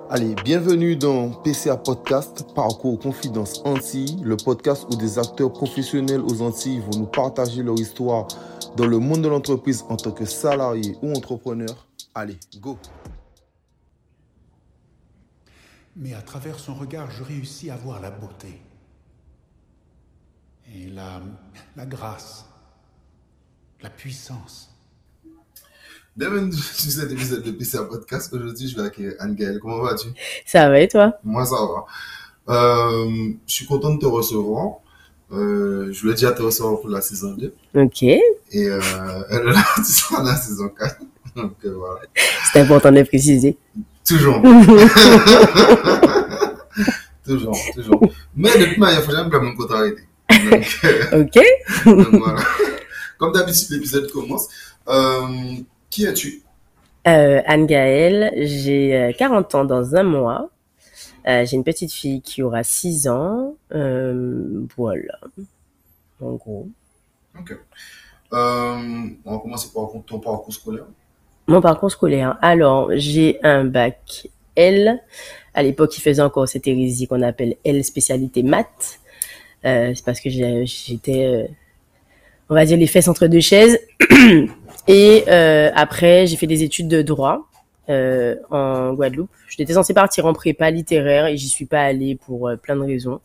Allez, bienvenue dans PCA Podcast, Parcours Confidence Antilles, le podcast où des acteurs professionnels aux Antilles vont nous partager leur histoire dans le monde de l'entreprise en tant que salarié ou entrepreneur. Allez, go! Mais à travers son regard, je réussis à voir la beauté et la grâce, la puissance. Bienvenue sur cet épisode de PCA Podcast. Aujourd'hui, je vais accueillir Anne-Gaëlle. Comment vas-tu? Ça va et toi? Moi, ça va. Je suis content de te recevoir. Je voulais déjà te recevoir pour la saison 2. Ok. Et là, tu seras dans la saison 4. Donc voilà. C'est important de le préciser. Toujours. toujours. Mais de toute manière, il faut jamais blâmer mon contrariété. Ok. Donc voilà. Comme d'habitude, l'épisode commence. Qui es-tu? Anne-Gaëlle, j'ai 40 ans dans un mois. J'ai une petite fille qui aura 6 ans. Voilà. En gros. Ok. On va commencer par ton parcours scolaire. Mon parcours scolaire. Alors, j'ai un bac L. À l'époque, il faisait encore cette hérésie qu'on appelle L spécialité maths. C'est parce que j'étais, on va dire, les fesses entre deux chaises. Et après, j'ai fait des études de droit en Guadeloupe. J'étais censée partir en prépa littéraire et j'y suis pas allée pour plein de raisons.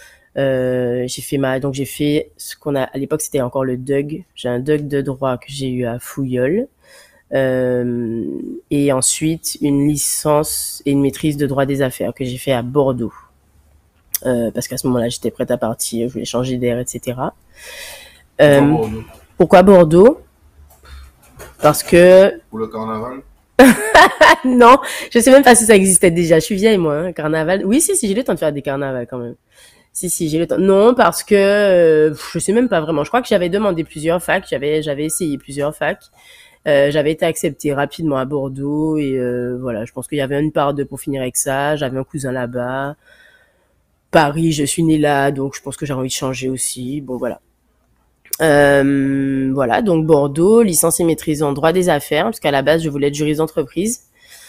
J'ai fait ce qu'on a à l'époque, c'était encore le DUG. J'ai un DUG de droit que j'ai eu à Fouilleul. Et ensuite une licence et une maîtrise de droit des affaires que j'ai fait à Bordeaux. Parce qu'à ce moment-là, j'étais prête à partir, je voulais changer d'air, etc. Pourquoi Bordeaux? Parce que... Pour le carnaval? Non, je sais même pas si ça existait déjà. Je suis vieille, moi, hein, carnaval. Oui, si, j'ai le temps de faire des carnavals quand même. Si, j'ai le temps. Non, parce que je sais même pas vraiment. Je crois que j'avais demandé plusieurs facs, j'avais essayé plusieurs facs. J'avais été acceptée rapidement à Bordeaux et voilà, je pense qu'il y avait une part de pour finir avec ça. J'avais un cousin là-bas. Paris, je suis née là, donc je pense que j'ai envie de changer aussi. Bon, voilà. Voilà, donc Bordeaux, licence et maîtrise en droit des affaires, parce qu'à la base, je voulais être juriste d'entreprise.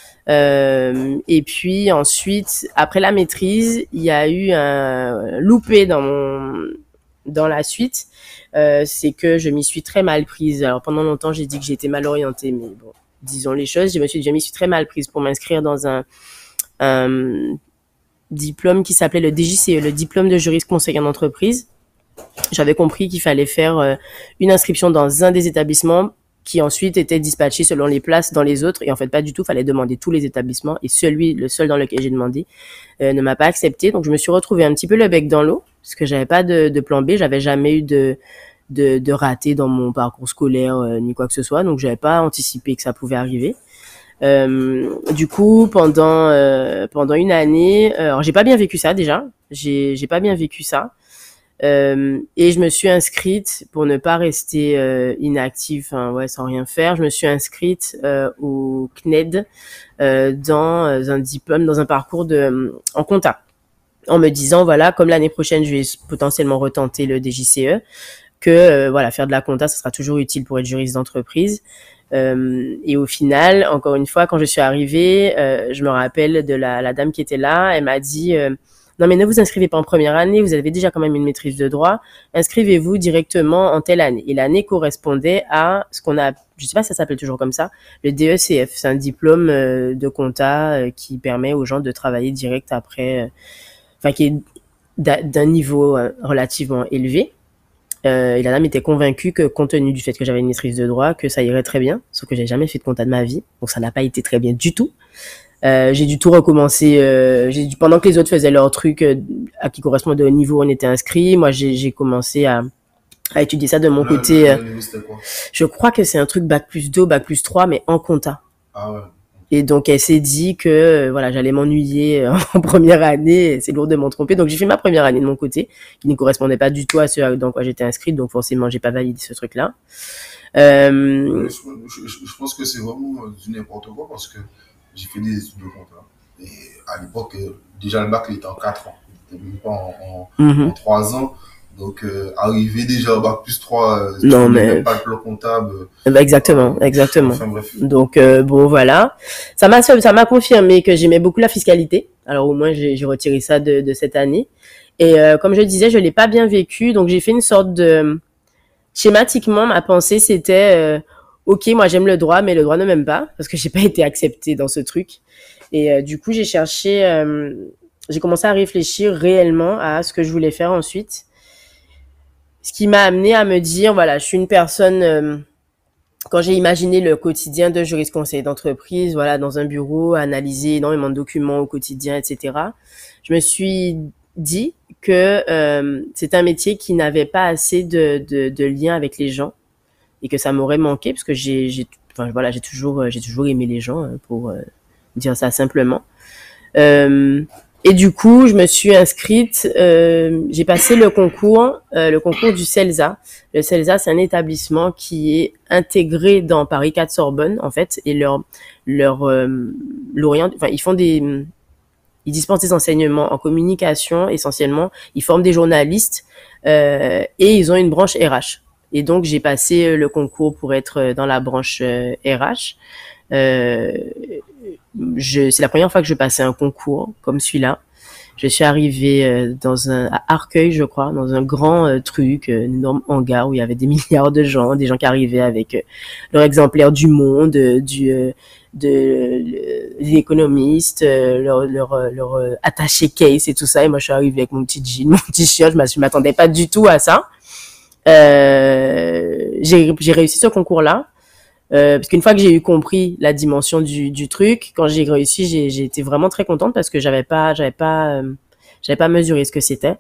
Et puis ensuite, après la maîtrise, il y a eu un loupé dans la suite. C'est que je m'y suis très mal prise. Alors pendant longtemps, j'ai dit que j'étais mal orientée, mais bon, disons les choses. Je m'y suis très mal prise pour m'inscrire dans un diplôme qui s'appelait le DJCE, le diplôme de juriste conseiller en entreprise. J'avais compris qu'il fallait faire une inscription dans un des établissements qui ensuite était dispatché selon les places dans les autres. Et en fait, pas du tout. Fallait demander tous les établissements. Et le seul dans lequel j'ai demandé, ne m'a pas accepté. Donc, je me suis retrouvée un petit peu le bec dans l'eau parce que j'avais pas de plan B. J'avais jamais eu de raté dans mon parcours scolaire ni quoi que ce soit. Donc, j'avais pas anticipé que ça pouvait arriver. Du coup, pendant une année, alors j'ai pas bien vécu ça déjà. J'ai pas bien vécu ça. Et je me suis inscrite pour ne pas rester inactive, sans rien faire. Je me suis inscrite au CNED dans un diplôme, dans un parcours en compta, en me disant voilà, comme l'année prochaine je vais potentiellement retenter le DJCE, que faire de la compta, ça sera toujours utile pour être juriste d'entreprise. Et au final, encore une fois, quand je suis arrivée, je me rappelle de la dame qui était là. Elle m'a dit non, mais ne vous inscrivez pas en première année, vous avez déjà quand même une maîtrise de droit, inscrivez-vous directement en telle année. Et l'année correspondait à ce qu'on a, je sais pas si ça s'appelle toujours comme ça, le DECF. C'est un diplôme de compta qui permet aux gens de travailler direct après, qui est d'un niveau relativement élevé. Et la dame était convaincue que, compte tenu du fait que j'avais une maîtrise de droit, que ça irait très bien, sauf que j'ai jamais fait de compta de ma vie, donc ça n'a pas été très bien du tout. J'ai dû tout recommencer. Pendant que les autres faisaient leur truc à qui correspondait au niveau où on était inscrit, moi j'ai commencé à étudier ça de mon côté. C'était quoi? Je crois que c'est un truc bac+2, bac+3, mais en compta. Ah ouais. Et donc elle s'est dit que j'allais m'ennuyer en première année, c'est lourd de m'en tromper. Donc j'ai fait ma première année de mon côté, qui ne correspondait pas du tout à ce dans quoi j'étais inscrite, donc forcément j'ai pas validé ce truc-là. Je pense que c'est vraiment du n'importe quoi parce que j'ai fait des études de compta. Et à l'époque, déjà le bac il était en 4 ans. Il n'était même pas en 3 ans. Donc, arriver déjà au bac+3, Non, tu mais n'avais même pas le plan comptable. exactement. Enfin, bref. Donc bon voilà, ça m'a confirmé que j'aimais beaucoup la fiscalité. Alors au moins j'ai retiré ça de cette année. Et comme je le disais, je l'ai pas bien vécu, donc j'ai fait une sorte de schématiquement ma pensée c'était OK, moi j'aime le droit, mais le droit ne m'aime pas parce que j'ai pas été acceptée dans ce truc. Et du coup j'ai commencé à réfléchir réellement à ce que je voulais faire ensuite. Ce qui m'a amené à me dire voilà, je suis une personne quand j'ai imaginé le quotidien de juriste conseiller d'entreprise, voilà, dans un bureau, analyser énormément de documents au quotidien, etc., je me suis dit que c'est un métier qui n'avait pas assez de lien avec les gens et que ça m'aurait manqué parce que voilà, j'ai toujours aimé les gens pour dire ça simplement. Et du coup, je me suis inscrite, j'ai passé le concours du CELSA. Le CELSA, c'est un établissement qui est intégré dans Paris 4 Sorbonne, en fait, et ils dispensent des enseignements en communication, essentiellement. Ils forment des journalistes, et ils ont une branche RH. Et donc, j'ai passé le concours pour être dans la branche RH. C'est la première fois que je passais un concours comme celui-là. Je suis arrivée à Arcueil, je crois, dans un grand truc, un énorme hangar où il y avait des milliards de gens, des gens qui arrivaient avec leur exemplaire du Monde, des économistes, leur attaché case et tout ça. Et moi, je suis arrivée avec mon petit jean, mon petit shirt. Je m'attendais pas du tout à ça. J'ai réussi ce concours-là. Parce qu'une fois que j'ai eu compris la dimension du truc, quand j'ai réussi, j'ai été vraiment très contente parce que j'avais pas mesuré ce que c'était.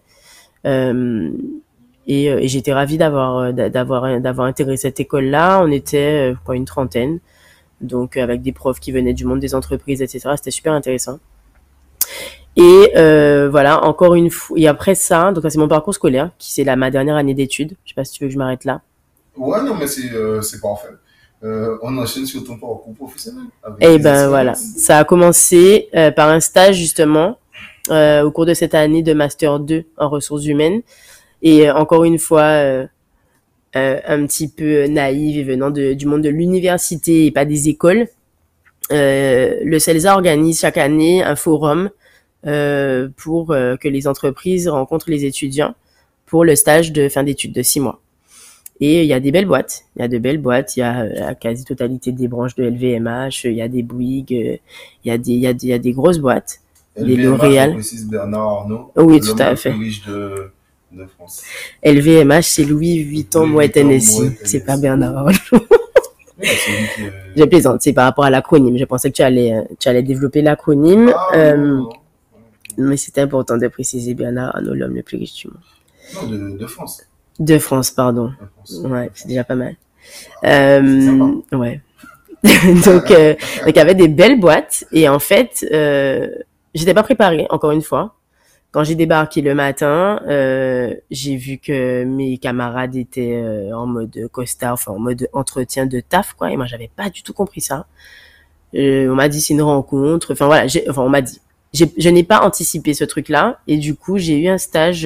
Et j'étais ravie d'avoir intégré cette école-là. On était une trentaine, donc avec des profs qui venaient du monde des entreprises, etc. C'était super intéressant. Et voilà, encore une fois. Et après ça, donc c'est mon parcours scolaire, c'est ma dernière année d'études. Je sais pas si tu veux que je m'arrête là. Ouais, non, mais c'est parfait. On enchaîne sur ton parcours professionnel. Et ben voilà, ça a commencé par un stage justement au cours de cette année de Master 2 en ressources humaines. Et encore une fois, un petit peu naïve et venant du monde de l'université et pas des écoles, le CELSA organise chaque année un forum pour que les entreprises rencontrent les étudiants pour le stage de fin d'études de 6 mois. Et il y a des belles boîtes. Il y a de belles boîtes. Il y a la quasi-totalité des branches de LVMH. Il y a des Bouygues. Il y a des grosses boîtes. LVMH, des L'Oréal. On précise Bernard Arnault. Oui, tout à fait. Le plus riche de France. LVMH, c'est Louis Vuitton Moet Hennessy. C'est pas Bernard Arnault. Je plaisante. C'est par rapport à l'acronyme. Je pensais que tu allais développer l'acronyme. Mais c'était important de préciser Bernard Arnault, l'homme le plus riche du monde. Non, de France. De France, pardon. Ouais, c'est déjà pas mal. Ouais. Donc, il y avait des belles boîtes. Et en fait, j'étais pas préparée, encore une fois. Quand j'ai débarqué le matin, j'ai vu que mes camarades étaient en mode costard, enfin en mode entretien de taf, quoi. Et moi, j'avais pas du tout compris ça. On m'a dit c'est une rencontre. Enfin voilà, on m'a dit. Je n'ai pas anticipé ce truc-là. Et du coup, j'ai eu un stage...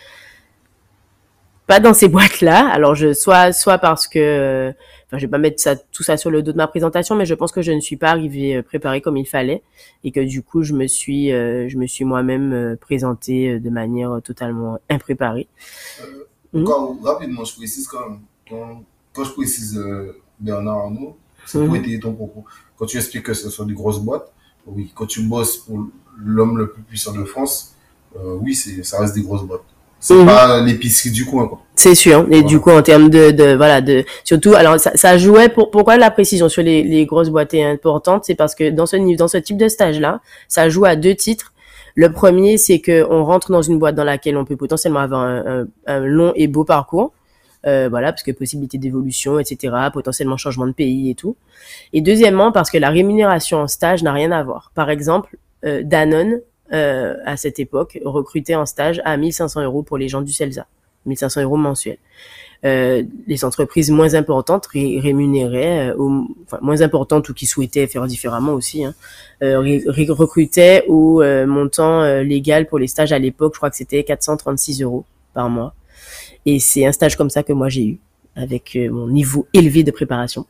pas dans ces boîtes-là. Alors soit parce que, je vais pas mettre tout ça sur le dos de ma présentation, mais je pense que je ne suis pas arrivée préparée comme il fallait et que du coup je me suis moi-même présentée de manière totalement impréparée. Rapidement, je précise quand je précise Bernard Arnault, c'est pour étayer ton propos. Quand tu expliques que ce sont des grosses boîtes, oui. Quand tu bosses pour l'homme le plus puissant de France, oui, ça reste des grosses boîtes. C'est pas l'épicerie du coin, quoi. C'est sûr. Et du coup, en termes surtout, alors, ça jouait pourquoi la précision sur les grosses boîtes est importante, c'est parce que dans ce type de stage-là, ça joue à 2 titres. Le premier, c'est que on rentre dans une boîte dans laquelle on peut potentiellement avoir un long et beau parcours. Parce que possibilité d'évolution, etc., potentiellement changement de pays et tout. Et deuxièmement, parce que la rémunération en stage n'a rien à voir. Par exemple, Danone, à cette époque, recrutait en stage à 1 500 € pour les gens du CELSA. 1 500 € mensuels. Les entreprises moins importantes rémunéraient, moins importantes ou qui souhaitaient faire différemment aussi, recrutaient au montant légal pour les stages à l'époque, je crois que c'était 436 € par mois. Et c'est un stage comme ça que moi j'ai eu, avec mon niveau élevé de préparation.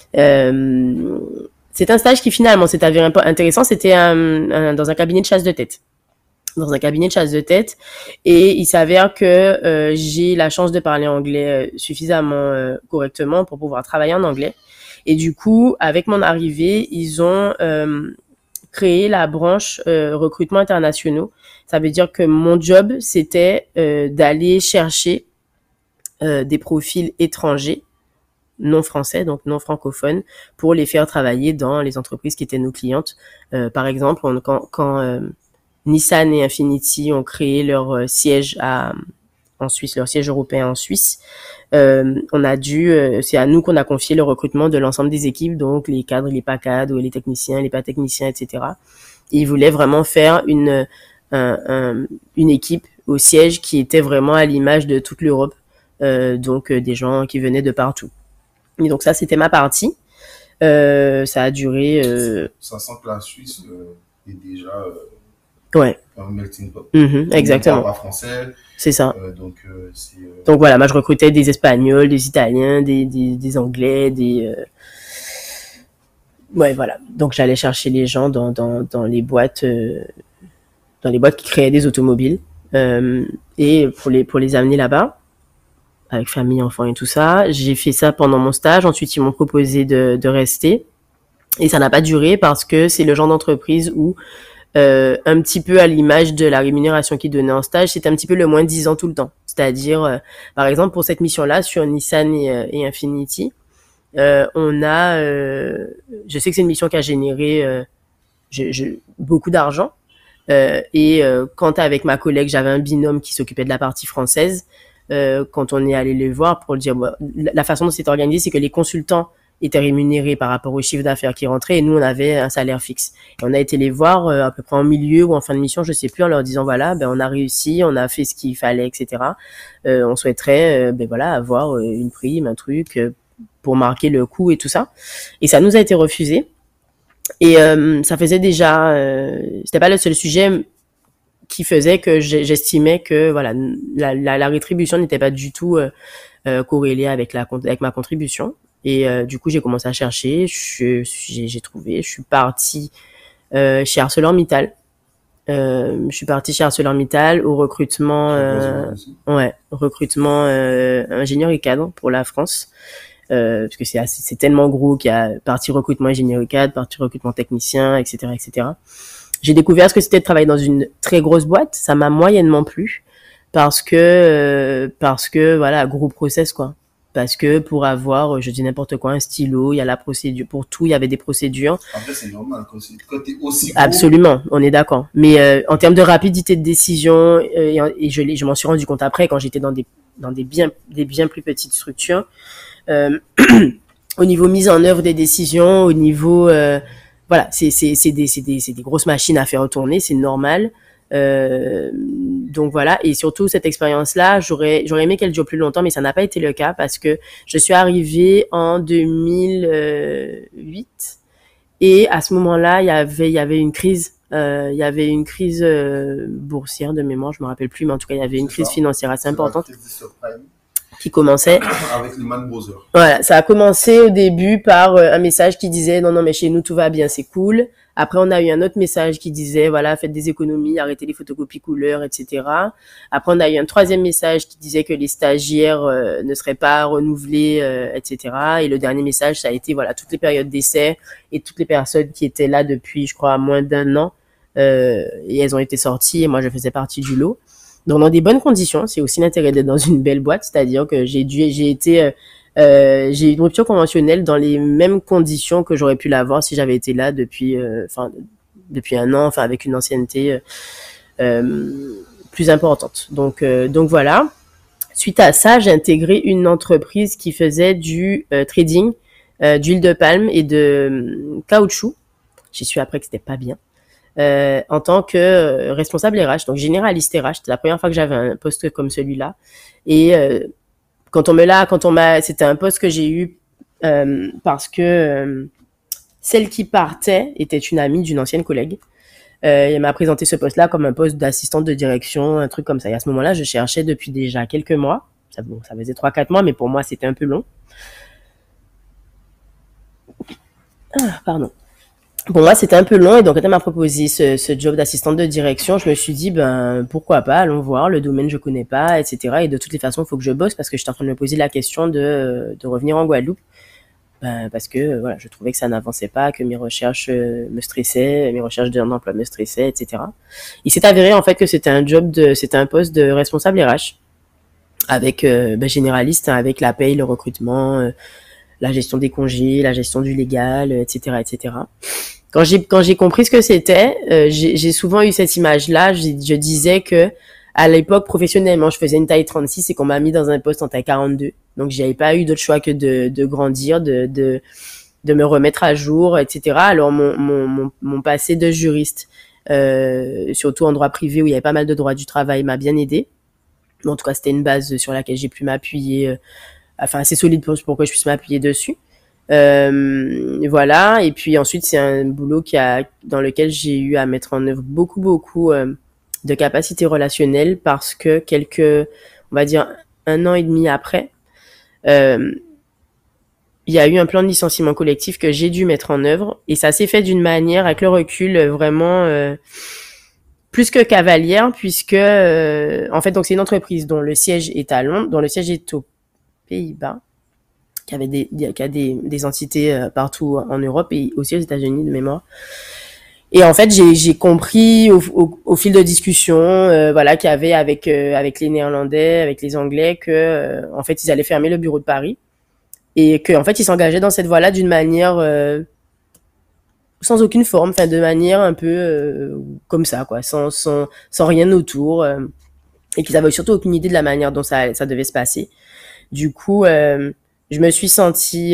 C'est un stage qui finalement s'est avéré un peu intéressant. C'était dans un cabinet de chasse de tête. Et il s'avère que j'ai la chance de parler anglais suffisamment correctement pour pouvoir travailler en anglais. Et du coup, avec mon arrivée, ils ont créé la branche recrutement internationaux. Ça veut dire que mon job, c'était d'aller chercher des profils étrangers, non français, donc non francophones, pour les faire travailler dans les entreprises qui étaient nos clientes. Par exemple, quand Nissan et Infiniti ont créé leur siège en Suisse, leur siège européen en Suisse, c'est à nous qu'on a confié le recrutement de l'ensemble des équipes, donc les cadres, les pas cadres, les techniciens, les pas techniciens, etc. Et ils voulaient vraiment faire une équipe au siège qui était vraiment à l'image de toute l'Europe, donc des gens qui venaient de partout. Et donc ça, c'était ma partie. Ça a duré... Ça sent que la Suisse est déjà ouais. un melting pot. Exactement. On parle pas français. C'est ça. Donc voilà, moi je recrutais des Espagnols, des Italiens, des Anglais, ouais, voilà. Donc j'allais chercher les gens dans les boîtes qui créaient des automobiles et pour les amener là-bas avec famille, enfants et tout ça. J'ai fait ça pendant mon stage. Ensuite, ils m'ont proposé de rester et ça n'a pas duré parce que c'est le genre d'entreprise où un petit peu à l'image de la rémunération qu'ils donnaient en stage, c'était un petit peu le moins 10 ans tout le temps. C'est-à-dire, par exemple, pour cette mission-là, sur Nissan et Infiniti, on a... je sais que c'est une mission qui a généré beaucoup d'argent. Quand avec ma collègue, j'avais un binôme qui s'occupait de la partie française, quand on est allé les voir pour dire... la façon dont c'était organisé, c'est que les consultants étaient rémunérés par rapport au chiffre d'affaires qui rentrait et nous on avait un salaire fixe. Et on a été les voir à peu près en milieu ou en fin de mission, je sais plus, en leur disant voilà, on a réussi, on a fait ce qu'il fallait, etc. On souhaiterait avoir une prime, un truc pour marquer le coup et tout ça. Et ça nous a été refusé. Et ça faisait déjà, c'était pas le seul sujet qui faisait que j'estimais que voilà la rétribution n'était pas du tout corrélée avec ma contribution. Et du coup, j'ai commencé à chercher. J'ai trouvé. Je suis partie chez ArcelorMittal. Au recrutement, ingénieur et cadre pour la France. Parce que c'est tellement gros qu'il y a partie recrutement ingénieur et cadre, partie recrutement technicien, etc., etc. J'ai découvert ce que c'était de travailler dans une très grosse boîte. Ça m'a moyennement plu parce que voilà, gros process quoi. Parce que pour avoir, je dis n'importe quoi, un stylo, il y a la procédure. Pour tout, il y avait des procédures. Après, c'est normal quand t'es aussi gros. Absolument, on est d'accord. Mais en termes de rapidité de décision, et je m'en suis rendu compte après quand j'étais dans des bien plus petites structures, au niveau mise en œuvre des décisions, au niveau voilà, c'est des grosses machines à faire tourner, c'est normal. Donc voilà, et surtout cette expérience-là, j'aurais aimé qu'elle dure plus longtemps, mais ça n'a pas été le cas parce que je suis arrivée en 2008 et à ce moment-là, il y avait une crise. Il y avait une crise boursière de mémoire, je me rappelle plus, mais en tout cas, il y avait une crise financière assez importante qui commençait. Avec Lehman Brothers. Voilà, ça a commencé au début par un message qui disait non mais chez nous tout va bien, c'est cool. Après on a eu un autre message qui disait voilà, faites des économies, arrêtez les photocopies couleurs, etc. Après on a eu un troisième message qui disait que les stagiaires ne seraient pas renouvelés, etc. Et le dernier message ça a été voilà, toutes les périodes d'essai et toutes les personnes qui étaient là depuis je crois moins d'un an et elles ont été sorties et moi je faisais partie du lot. Donc dans des bonnes conditions, c'est aussi l'intérêt d'être dans une belle boîte, c'est-à-dire que j'ai eu une rupture conventionnelle dans les mêmes conditions que j'aurais pu l'avoir si j'avais été là depuis un an, enfin avec une ancienneté plus importante. Donc voilà. Suite à ça, j'ai intégré une entreprise qui faisait du trading d'huile de palme et de caoutchouc. J'y suis après que c'était pas bien. En tant que responsable RH, donc généraliste RH. C'était la première fois que j'avais un poste comme celui-là. Et c'était un poste que j'ai eu parce que celle qui partait était une amie d'une ancienne collègue. Elle m'a présenté ce poste-là comme un poste d'assistante de direction, un truc comme ça. Et à ce moment-là, je cherchais depuis déjà quelques mois. ça faisait 3-4 mois, mais pour moi, c'était un peu long. Pardon. Pour moi, c'était un peu long et donc quand elle m'a proposé ce job d'assistante de direction, je me suis dit pourquoi pas, allons voir, le domaine je connais pas, etc. Et de toutes les façons, il faut que je bosse parce que j'étais en train de me poser la question de revenir en Guadeloupe, parce que voilà, je trouvais que ça n'avançait pas, que mes recherches me stressaient, mes recherches d'emploi me stressaient, etc. Il s'est avéré en fait que c'était un poste de responsable RH avec généraliste, avec la paye, le recrutement, la gestion des congés, la gestion du légal, etc., etc. Quand j'ai compris ce que c'était, j'ai souvent eu cette image-là. Je disais que à l'époque, professionnellement, je faisais une taille 36 et qu'on m'a mis dans un poste en taille 42. Donc, j'avais pas eu d'autre choix que de grandir, de me remettre à jour, etc. Alors, mon passé de juriste, surtout en droit privé où il y avait pas mal de droit du travail, m'a bien aidé. En tout cas, c'était une base sur laquelle j'ai pu m'appuyer, assez solide pour que je puisse m'appuyer dessus. Voilà. Et puis ensuite, c'est un boulot dans lequel j'ai eu à mettre en œuvre beaucoup de capacités relationnelles parce que on va dire 1 an et demi après, il y a eu un plan de licenciement collectif que j'ai dû mettre en œuvre et ça s'est fait d'une manière, avec le recul, vraiment plus que cavalière puisque en fait, donc c'est une entreprise dont le siège est à Londres, dont le siège est aux Pays-Bas, qui a des entités partout en Europe et aussi aux États-Unis de mémoire. Et en fait, j'ai compris au fil de discussions, qu'il y avait avec les Néerlandais, avec les Anglais, que en fait ils allaient fermer le bureau de Paris et que en fait ils s'engageaient dans cette voie-là d'une manière sans aucune forme, de manière un peu comme ça, quoi, sans rien autour, et qu'ils avaient surtout aucune idée de la manière dont ça devait se passer. Du coup, je me suis sentie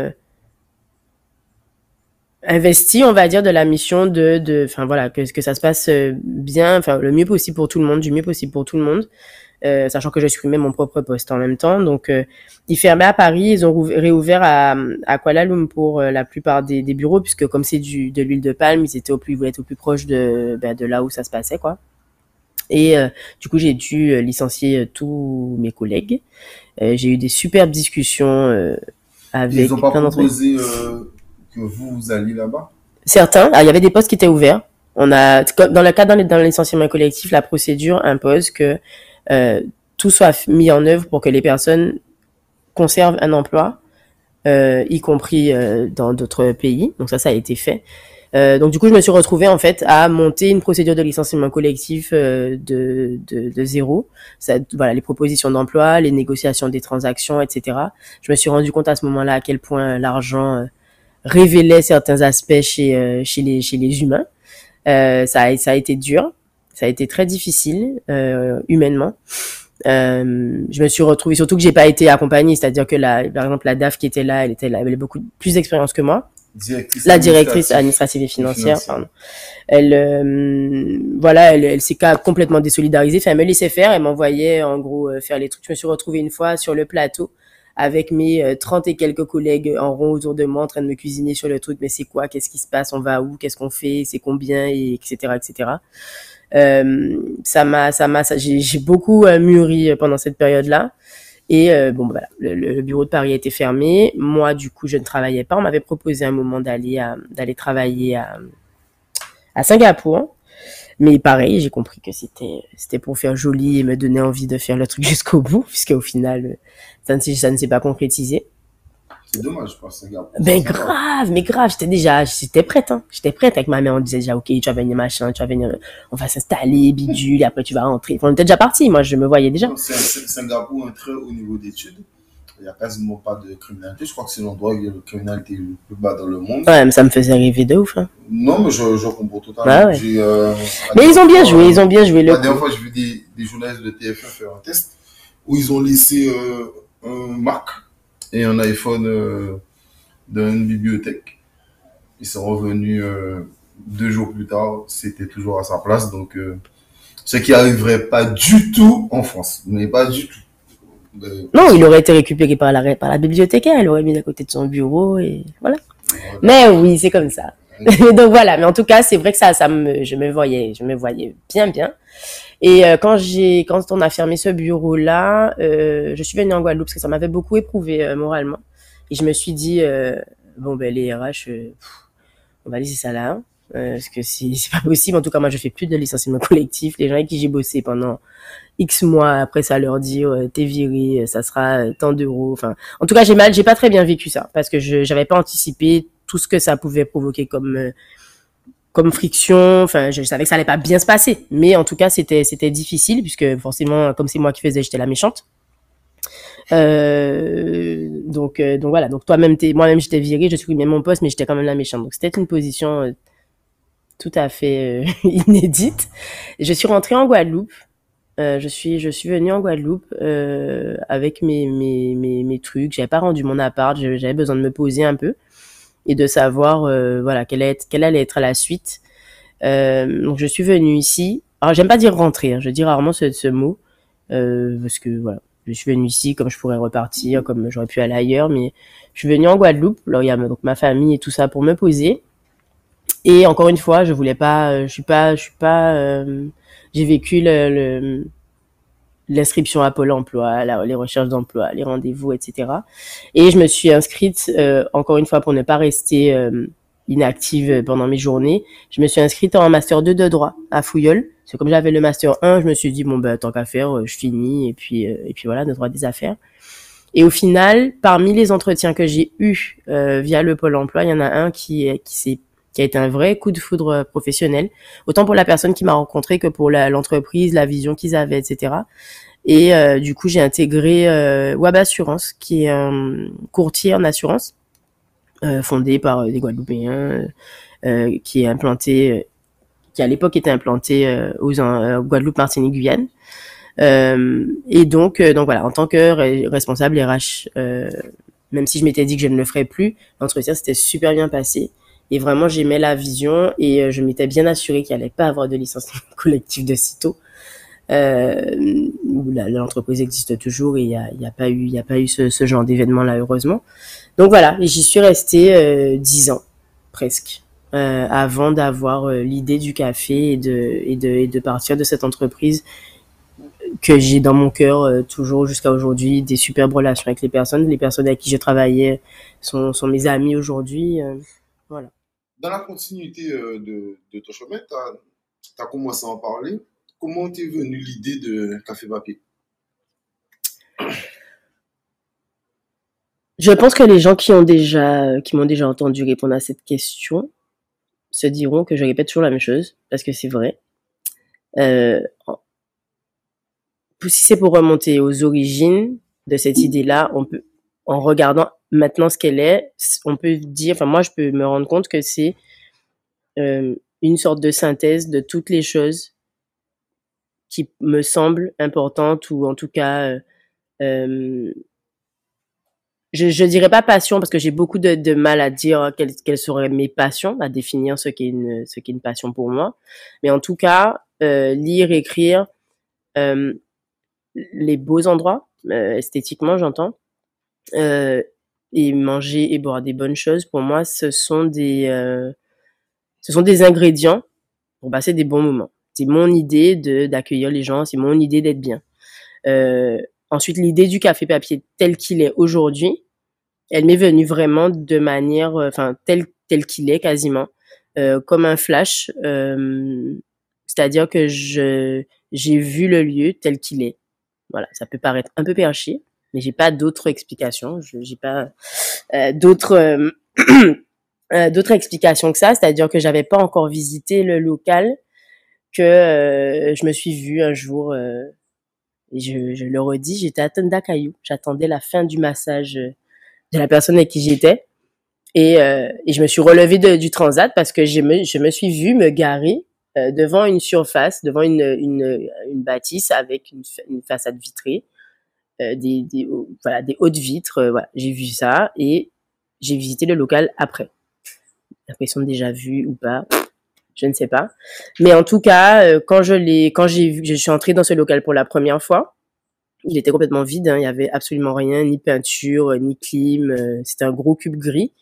investie, on va dire, de la mission que ça se passe bien, le mieux possible pour tout le monde, du mieux possible pour tout le monde, sachant que je supprimais mon propre poste en même temps. Donc, ils fermaient à Paris, ils ont réouvert à Kuala Lumpur la plupart des bureaux, puisque comme c'est de l'huile de palme, ils voulaient être au plus proche de là où ça se passait, quoi. Et du coup, j'ai dû licencier tous mes collègues. J'ai eu des superbes discussions avec. Ils n'ont pas proposé que vous alliez là-bas? Certains. Il y avait des postes qui étaient ouverts. Dans le cadre dans le licenciement collectif, la procédure impose que tout soit mis en œuvre pour que les personnes conservent un emploi, y compris dans d'autres pays. Donc ça a été fait. Donc du coup, je me suis retrouvée en fait à monter une procédure de licenciement collectif de zéro. Les propositions d'emploi, les négociations des transactions, etc. Je me suis rendu compte à ce moment-là à quel point l'argent révélait certains aspects chez les humains. Ça a été dur, ça a été très difficile humainement. Je me suis retrouvée, surtout que j'ai pas été accompagnée, c'est-à-dire que par exemple la DAF qui était là, elle avait beaucoup plus d'expérience que moi. La directrice administrative et financière, pardon. Elle s'est complètement désolidarisée. Elle me laissait faire, elle m'envoyait en gros faire les trucs. Je me suis retrouvée une fois sur le plateau avec mes 30 et quelques collègues en rond autour de moi en train de me cuisiner sur le truc. Mais c'est quoi? Qu'est-ce qui se passe? On va où? Qu'est-ce qu'on fait? C'est combien? Et etc., etc. J'ai beaucoup mûri pendant cette période-là. Et le bureau de Paris a été fermé. Moi, du coup, je ne travaillais pas. On m'avait proposé un moment d'aller travailler à Singapour. Mais pareil, j'ai compris que c'était pour faire joli et me donner envie de faire le truc jusqu'au bout, puisqu'au final, ça ne s'est pas concrétisé. C'est dommage, je pense, Singapour. Mais grave, j'étais prête, hein. J'étais prête avec ma mère, on disait déjà, ok, tu vas venir machin, on va s'installer, bidule, et après tu vas rentrer. Enfin, on était déjà partis, moi, je me voyais déjà. Singapour, un très haut niveau d'études. Il n'y a quasiment pas de criminalité. Je crois que c'est l'endroit où il y a la criminalité le plus bas dans le monde. Ouais, mais ça me faisait rêver de ouf, hein. Non, mais je comprends totalement. Ah ouais. Mais ils ont bien joué. La dernière fois, j'ai vu des journalistes de TF1 faire un test où ils ont laissé un Mac et un iPhone dans une bibliothèque. Ils sont revenus 2 jours plus tard, c'était toujours à sa place. Donc, ce qui arriverait pas du tout en France, mais pas du tout. Non, il aurait été récupéré par la bibliothécaire, elle l'aurait mis à côté de son bureau et voilà. Mais oui, c'est comme ça. Donc voilà, mais en tout cas, c'est vrai que je me voyais bien. Et quand on a fermé ce bureau-là, je suis venue en Guadeloupe parce que ça m'avait beaucoup éprouvée moralement. Et je me suis dit, bon ben les RH, on va laisser ça là, hein, parce que c'est pas possible. En tout cas, moi, je fais plus de licenciement collectif. Les gens avec qui j'ai bossé pendant X mois, après ça leur dire, t'es viré, ça sera tant d'euros. Enfin, en tout cas, j'ai pas très bien vécu ça parce que j'avais pas anticipé tout ce que ça pouvait provoquer comme friction. Enfin, je savais que ça allait pas bien se passer, mais en tout cas, c'était difficile puisque forcément, comme c'est moi qui faisais, j'étais la méchante. Donc voilà. Donc moi-même j'étais virée, je supprimais mon poste, mais j'étais quand même la méchante. Donc c'était une position tout à fait inédite. Je suis rentrée en Guadeloupe. Je suis venue en Guadeloupe avec mes trucs. J'avais pas rendu mon appart. J'avais besoin de me poser un peu et de savoir voilà quelle allait être la suite. Donc je suis venue ici. Alors j'aime pas dire rentrer. Hein, je dis rarement ce mot parce que voilà. Je suis venue ici comme je pourrais repartir, comme j'aurais pu aller ailleurs, mais je suis venue en Guadeloupe. Alors il y a donc ma famille et tout ça pour me poser. Et encore une fois, je voulais pas, j'ai vécu l'inscription à Pôle emploi, les recherches d'emploi, les rendez-vous, etc. Et je me suis inscrite, encore une fois, pour ne pas rester inactive pendant mes journées, je me suis inscrite en master 2 de droit à Fouilleul. C'est comme j'avais le master 1, je me suis dit bon ben tant qu'à faire, je finis et puis voilà, de droit des affaires. Et au final, parmi les entretiens que j'ai eus via le Pôle emploi, il y en a un qui a été un vrai coup de foudre professionnel, autant pour la personne qui m'a rencontré que pour l'entreprise, la vision qu'ils avaient, etc. Et du coup, j'ai intégré Wab Assurance, qui est un courtier en assurance, fondé par des Guadeloupéens, qui est implanté, qui à l'époque était implanté aux Guadeloupe, Martinique, Guyane. Et donc voilà, en tant que responsable RH, même si je m'étais dit que je ne le ferais plus, l'entretien s'était super bien passé. Et vraiment, j'aimais la vision et je m'étais bien assurée qu'il n'y allait pas avoir de licenciement collectif de sitôt. L'entreprise existe toujours et il y a pas eu ce genre d'événement là, heureusement. Donc voilà, et j'y suis restée 10 ans presque avant d'avoir l'idée du café et de partir de cette entreprise que j'ai dans mon cœur toujours jusqu'à aujourd'hui, des superbes relations avec les personnes avec qui je travaillais sont mes amis aujourd'hui. Voilà. Dans la continuité de ton chemin, tu as commencé à en parler. Comment t'es venue l'idée de Café Papier? Je pense que les gens qui m'ont déjà entendu répondre à cette question se diront que je répète toujours la même chose, parce que c'est vrai. Si c'est pour remonter aux origines de cette idée-là, en regardant maintenant ce qu'elle est, on peut dire, enfin moi je peux me rendre compte que c'est une sorte de synthèse de toutes les choses qui me semblent importantes, ou en tout cas je dirais pas passion parce que j'ai beaucoup de mal à dire quelles seraient mes passions, à définir ce qu'est une passion pour moi, mais en tout cas lire, écrire, les beaux endroits esthétiquement j'entends, et manger et boire des bonnes choses, pour moi ce sont des ingrédients pour passer des bons moments. C'est mon idée d'accueillir les gens, c'est mon idée d'être bien. Ensuite, l'idée du café papier tel qu'il est aujourd'hui, elle m'est venue vraiment de manière, tel qu'il est quasiment, comme un flash. C'est-à-dire que j'ai vu le lieu tel qu'il est. Voilà, ça peut paraître un peu perché, mais j'ai pas d'autre explication. J'ai pas d'autres explications que ça. C'est-à-dire que j'avais pas encore visité le local, que je me suis vue un jour. Et je le redis, j'étais à Tendakayu. J'attendais la fin du massage de la personne avec qui j'étais. Et je me suis relevée du transat parce que je me suis vue me garer devant une surface, devant une bâtisse avec une façade vitrée, des hautes vitres. Voilà, j'ai vu ça et j'ai visité le local après. L'impression de déjà vu ou pas, je ne sais pas. Mais en tout cas, quand je suis entrée dans ce local pour la première fois, il était complètement vide, hein, il y avait absolument rien, ni peinture, ni clim, c'était un gros cube gris.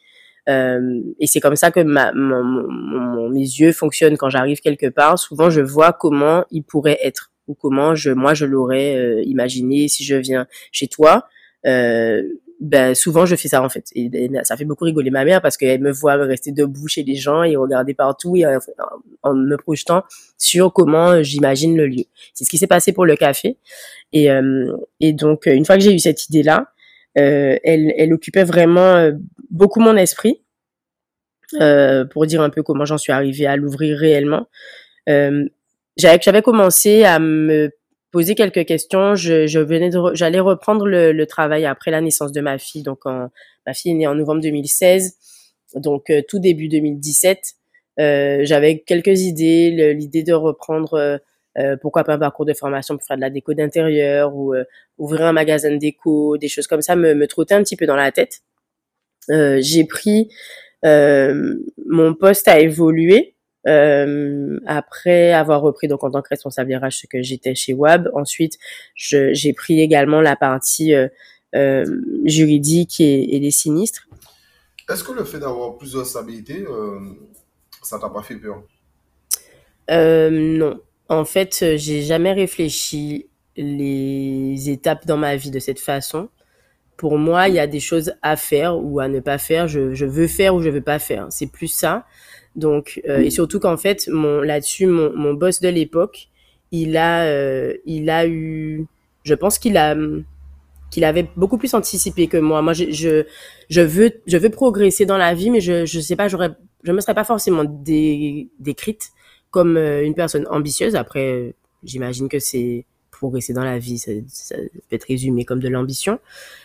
Et c'est comme ça que mes yeux fonctionnent quand j'arrive quelque part. Souvent, je vois comment il pourrait être ou comment moi je l'aurais imaginé si je viens chez toi. Souvent je fais ça en fait, et ça fait beaucoup rigoler ma mère parce qu'elle me voit rester debout chez les gens et regarder partout et en me projetant sur comment j'imagine le lieu. C'est ce qui s'est passé pour le café. Et donc une fois que j'ai eu cette idée là, elle occupait vraiment beaucoup mon esprit, pour dire un peu comment j'en suis arrivée à l'ouvrir réellement. J'avais commencé à me poser quelques questions. J'allais reprendre le travail après la naissance de ma fille. Donc, ma fille est née en novembre 2016. Donc, tout début 2017, j'avais quelques idées. L'idée de reprendre, pourquoi pas un parcours de formation pour faire de la déco d'intérieur ou ouvrir un magasin de déco, des choses comme ça me trottaient un petit peu dans la tête. J'ai pris, mon poste a évolué. Après avoir repris donc en tant que responsable RH ce que j'étais chez WAB, ensuite j'ai pris également la partie juridique et les sinistres. Est-ce que le fait d'avoir plusieurs stabilités, ça t'a pas fait peur? Non. En fait, j'ai jamais réfléchi les étapes dans ma vie de cette façon. Pour moi, il y a des choses à faire ou à ne pas faire. Je veux faire ou je veux pas faire. C'est plus ça. Donc, et surtout qu'en fait, mon boss de l'époque, il a eu, je pense qu'il avait beaucoup plus anticipé que moi. Moi, je veux progresser dans la vie, mais je sais pas, je me serais pas forcément décrite comme une personne ambitieuse. Après, j'imagine que c'est progresser dans la vie, ça peut être résumé comme de l'ambition.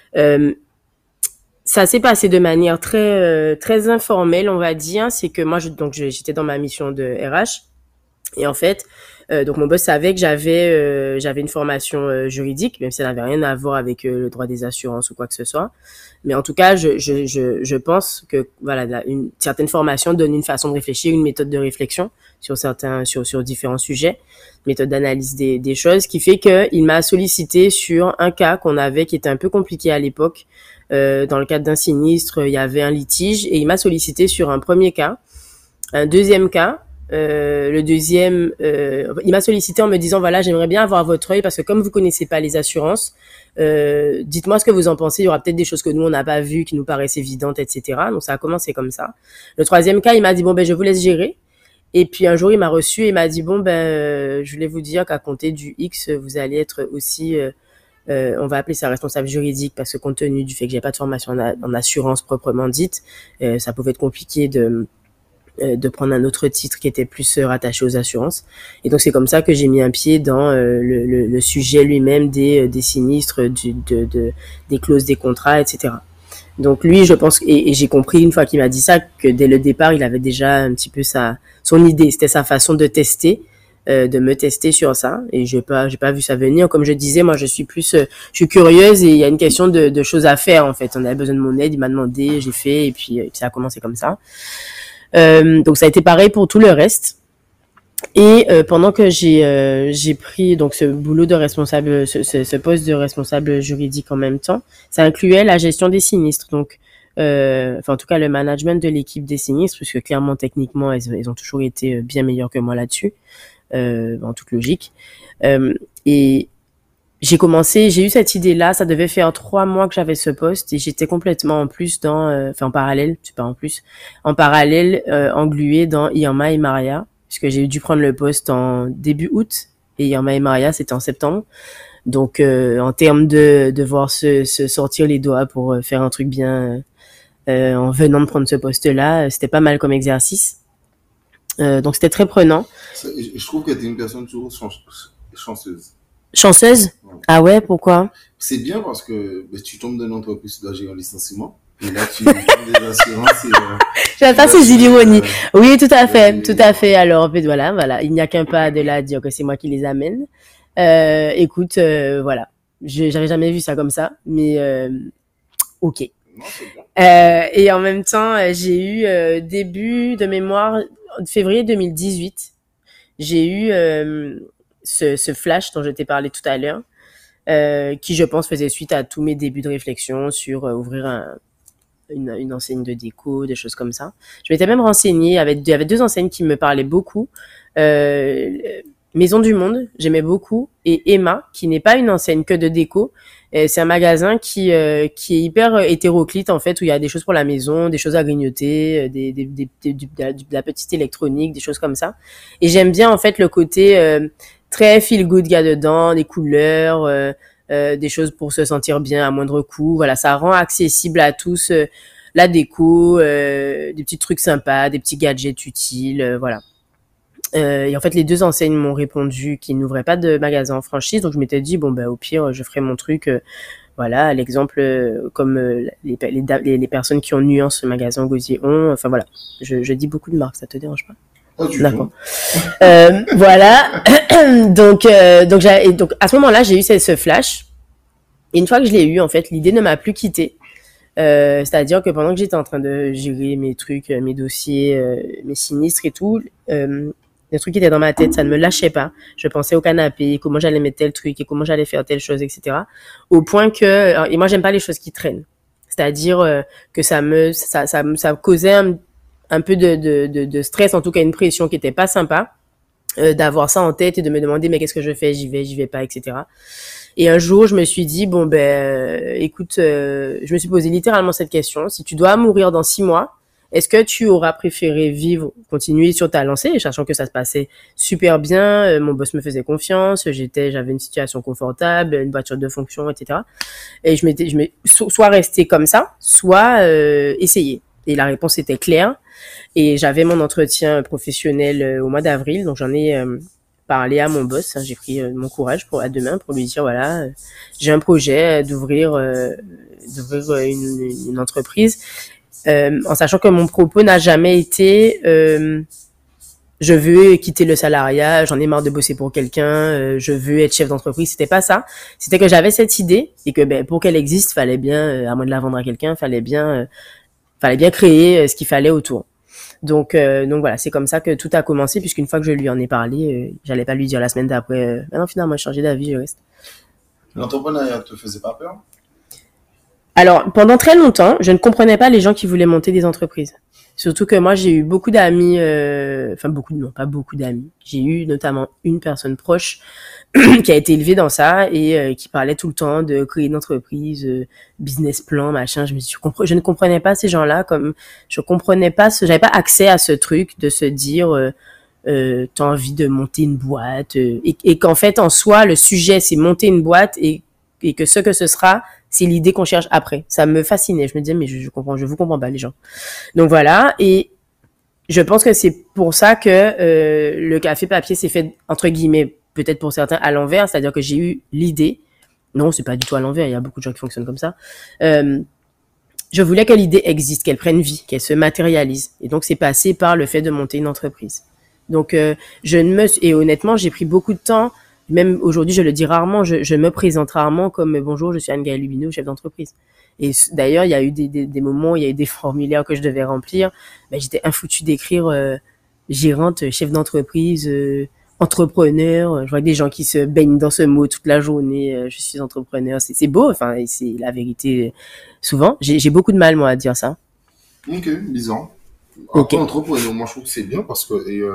Ça s'est passé de manière très informelle, on va dire. C'est que moi, j'étais dans ma mission de RH. Et en fait, donc mon boss savait que j'avais une formation juridique, même si ça n'avait rien à voir avec le droit des assurances ou quoi que ce soit. Mais en tout cas, je pense que voilà, une certaine formation donne une façon de réfléchir, une méthode de réflexion sur différents sujets, méthode d'analyse des choses, qui fait que il m'a sollicité sur un cas qu'on avait qui était un peu compliqué à l'époque. Dans le cadre d'un sinistre, il y avait un litige et il m'a sollicité sur un premier cas. Un deuxième cas, le deuxième, il m'a sollicité en me disant voilà, j'aimerais bien avoir votre œil parce que comme vous connaissez pas les assurances, dites-moi ce que vous en pensez. Il y aura peut-être des choses que nous on n'a pas vues qui nous paraissent évidentes, etc. Donc ça a commencé comme ça. Le troisième cas, il m'a dit bon je vous laisse gérer. Et puis un jour il m'a reçu et il m'a dit bon je voulais vous dire qu'à compter du X, vous allez être aussi on va appeler ça responsable juridique parce que compte tenu du fait que j'ai pas de formation en assurance proprement dite, ça pouvait être compliqué de prendre un autre titre qui était plus rattaché aux assurances. Et donc c'est comme ça que j'ai mis un pied dans le sujet lui-même des sinistres, des clauses des contrats, etc. Donc lui, je pense, et j'ai compris une fois qu'il m'a dit ça que dès le départ, il avait déjà un petit peu son idée, c'était sa façon de tester. De me tester sur ça et j'ai pas vu ça venir. Comme je disais, moi je suis curieuse et il y a une question de choses à faire en fait. On avait besoin de mon aide, il m'a demandé, j'ai fait et puis ça a commencé comme ça. Donc ça a été pareil pour tout le reste. Et pendant que j'ai pris donc ce boulot de responsable, ce poste de responsable juridique en même temps, ça incluait la gestion des sinistres. Donc en tout cas le management de l'équipe des sinistres, puisque clairement techniquement elles ont toujours été bien meilleures que moi là-dessus. En toute logique. Et j'ai eu cette idée-là, ça devait faire 3 mois que j'avais ce poste et j'étais complètement en plus en parallèle, c'est pas en plus, en parallèle, engluée dans Irma et Maria, puisque j'ai dû prendre le poste en début août et Irma et Maria c'était en septembre. Donc, en termes de devoir se sortir les doigts pour faire un truc bien, en venant de prendre ce poste-là, c'était pas mal comme exercice. Donc c'était très prenant. Je trouve que tu es une personne toujours chanceuse. Chanceuse? Ouais. Ah ouais, pourquoi? C'est bien parce que tu tombes d'une entreprise, tu dois gérer un licenciement. Et là, tu tombes des assurances. J'attends ces ironies. Oui, tout à fait, tout à fait. Alors, voilà. Il n'y a qu'un pas de là à dire que c'est moi qui les amène. Écoute, voilà. J'avais jamais vu ça comme ça, mais ok. Non, c'est bien. Et en même temps, j'ai eu début de mémoire février 2018, j'ai eu ce flash dont je t'ai parlé tout à l'heure, qui je pense faisait suite à tous mes débuts de réflexion sur ouvrir une enseigne de déco, des choses comme ça. Je m'étais même renseignée, il y avait 2 enseignes qui me parlaient beaucoup. Maison du Monde, j'aimais beaucoup, et Emma, qui n'est pas une enseigne que de déco. C'est un magasin qui est hyper hétéroclite, en fait, où il y a des choses pour la maison, des choses à grignoter, de la petite électronique, des choses comme ça. Et j'aime bien, en fait, le côté très feel good qu'il y a dedans, des couleurs, des choses pour se sentir bien à moindre coût. Voilà, ça rend accessible à tous la déco, des petits trucs sympas, des petits gadgets utiles, voilà. Et en fait, les 2 enseignes m'ont répondu qu'ils n'ouvraient pas de magasin en franchise, donc je m'étais dit bon au pire, je ferai mon truc. Voilà, l'exemple comme les personnes qui ont Nuance magasin Gosier ont. Enfin voilà, je dis beaucoup de marques, ça te dérange pas? Oh, du D'accord. Voilà. donc à ce moment-là, j'ai eu ce flash. Et une fois que je l'ai eu, en fait, l'idée ne m'a plus quittée. C'est-à-dire que pendant que j'étais en train de gérer mes trucs, mes dossiers, mes sinistres et tout, les trucs qui étaient dans ma tête, ça ne me lâchait pas. Je pensais au canapé, comment j'allais mettre tel truc et comment j'allais faire telle chose, etc. Au point que, et moi j'aime pas les choses qui traînent. C'est-à-dire que ça causait un peu de stress, en tout cas une pression qui était pas sympa, d'avoir ça en tête et de me demander mais qu'est-ce que je fais, j'y vais pas, etc. Et un jour, je me suis dit écoute, je me suis posé littéralement cette question: si tu dois mourir dans 6 mois, est-ce que tu auras préféré continuer sur ta lancée, sachant que ça se passait super bien, mon boss me faisait confiance, j'avais une situation confortable, une voiture de fonction, etc. Et soit rester comme ça, soit essayer. Et la réponse était claire. Et j'avais mon entretien professionnel au mois d'avril, donc j'en ai parlé à mon boss. J'ai pris mon courage à deux mains pour lui dire voilà, j'ai un projet d'ouvrir une entreprise. En sachant que mon propos n'a jamais été je veux quitter le salariat, j'en ai marre de bosser pour quelqu'un, je veux être chef d'entreprise. C'était pas ça. C'était que j'avais cette idée et que pour qu'elle existe, fallait bien, à moins de la vendre à quelqu'un, fallait bien créer ce qu'il fallait autour. Donc voilà, c'est comme ça que tout a commencé, puisqu'une fois que je lui en ai parlé, j'allais pas lui dire la semaine d'après non, finalement j'ai changé d'avis, je reste. L'entrepreneuriat te faisait pas peur? Alors, pendant très longtemps, je ne comprenais pas les gens qui voulaient monter des entreprises. Surtout que moi, j'ai eu beaucoup d'amis, pas beaucoup d'amis. J'ai eu notamment une personne proche qui a été élevée dans ça et qui parlait tout le temps de créer une entreprise, business plan, machin. Je ne comprenais pas ces gens-là, j'avais pas accès à ce truc de se dire t'as envie de monter une boîte et qu'en fait, en soi, le sujet, c'est monter une boîte et que ce que ce sera, c'est l'idée qu'on cherche après. Ça me fascinait. Je me disais, mais je vous comprends pas, les gens. Donc voilà. Et je pense que c'est pour ça que le café papier s'est fait, entre guillemets, peut-être pour certains, à l'envers. C'est-à-dire que j'ai eu l'idée. Non, c'est pas du tout à l'envers. Il y a beaucoup de gens qui fonctionnent comme ça. Je voulais que l'idée existe, qu'elle prenne vie, qu'elle se matérialise. Et donc, c'est passé par le fait de monter une entreprise. Donc, et honnêtement, j'ai pris beaucoup de temps. Même aujourd'hui, je le dis rarement, je me présente rarement comme bonjour, je suis Anne-Gaëlle Lubineau, chef d'entreprise. Et d'ailleurs, il y a eu des moments, il y a eu des formulaires que je devais remplir. J'étais infoutue d'écrire gérante, chef d'entreprise, entrepreneur. Je vois des gens qui se baignent dans ce mot toute la journée. Je suis entrepreneur, c'est beau, enfin, c'est la vérité. Souvent, j'ai beaucoup de mal moi à dire ça. Ok, bizarre. Après, entrepreneur, moi je trouve que c'est bien parce que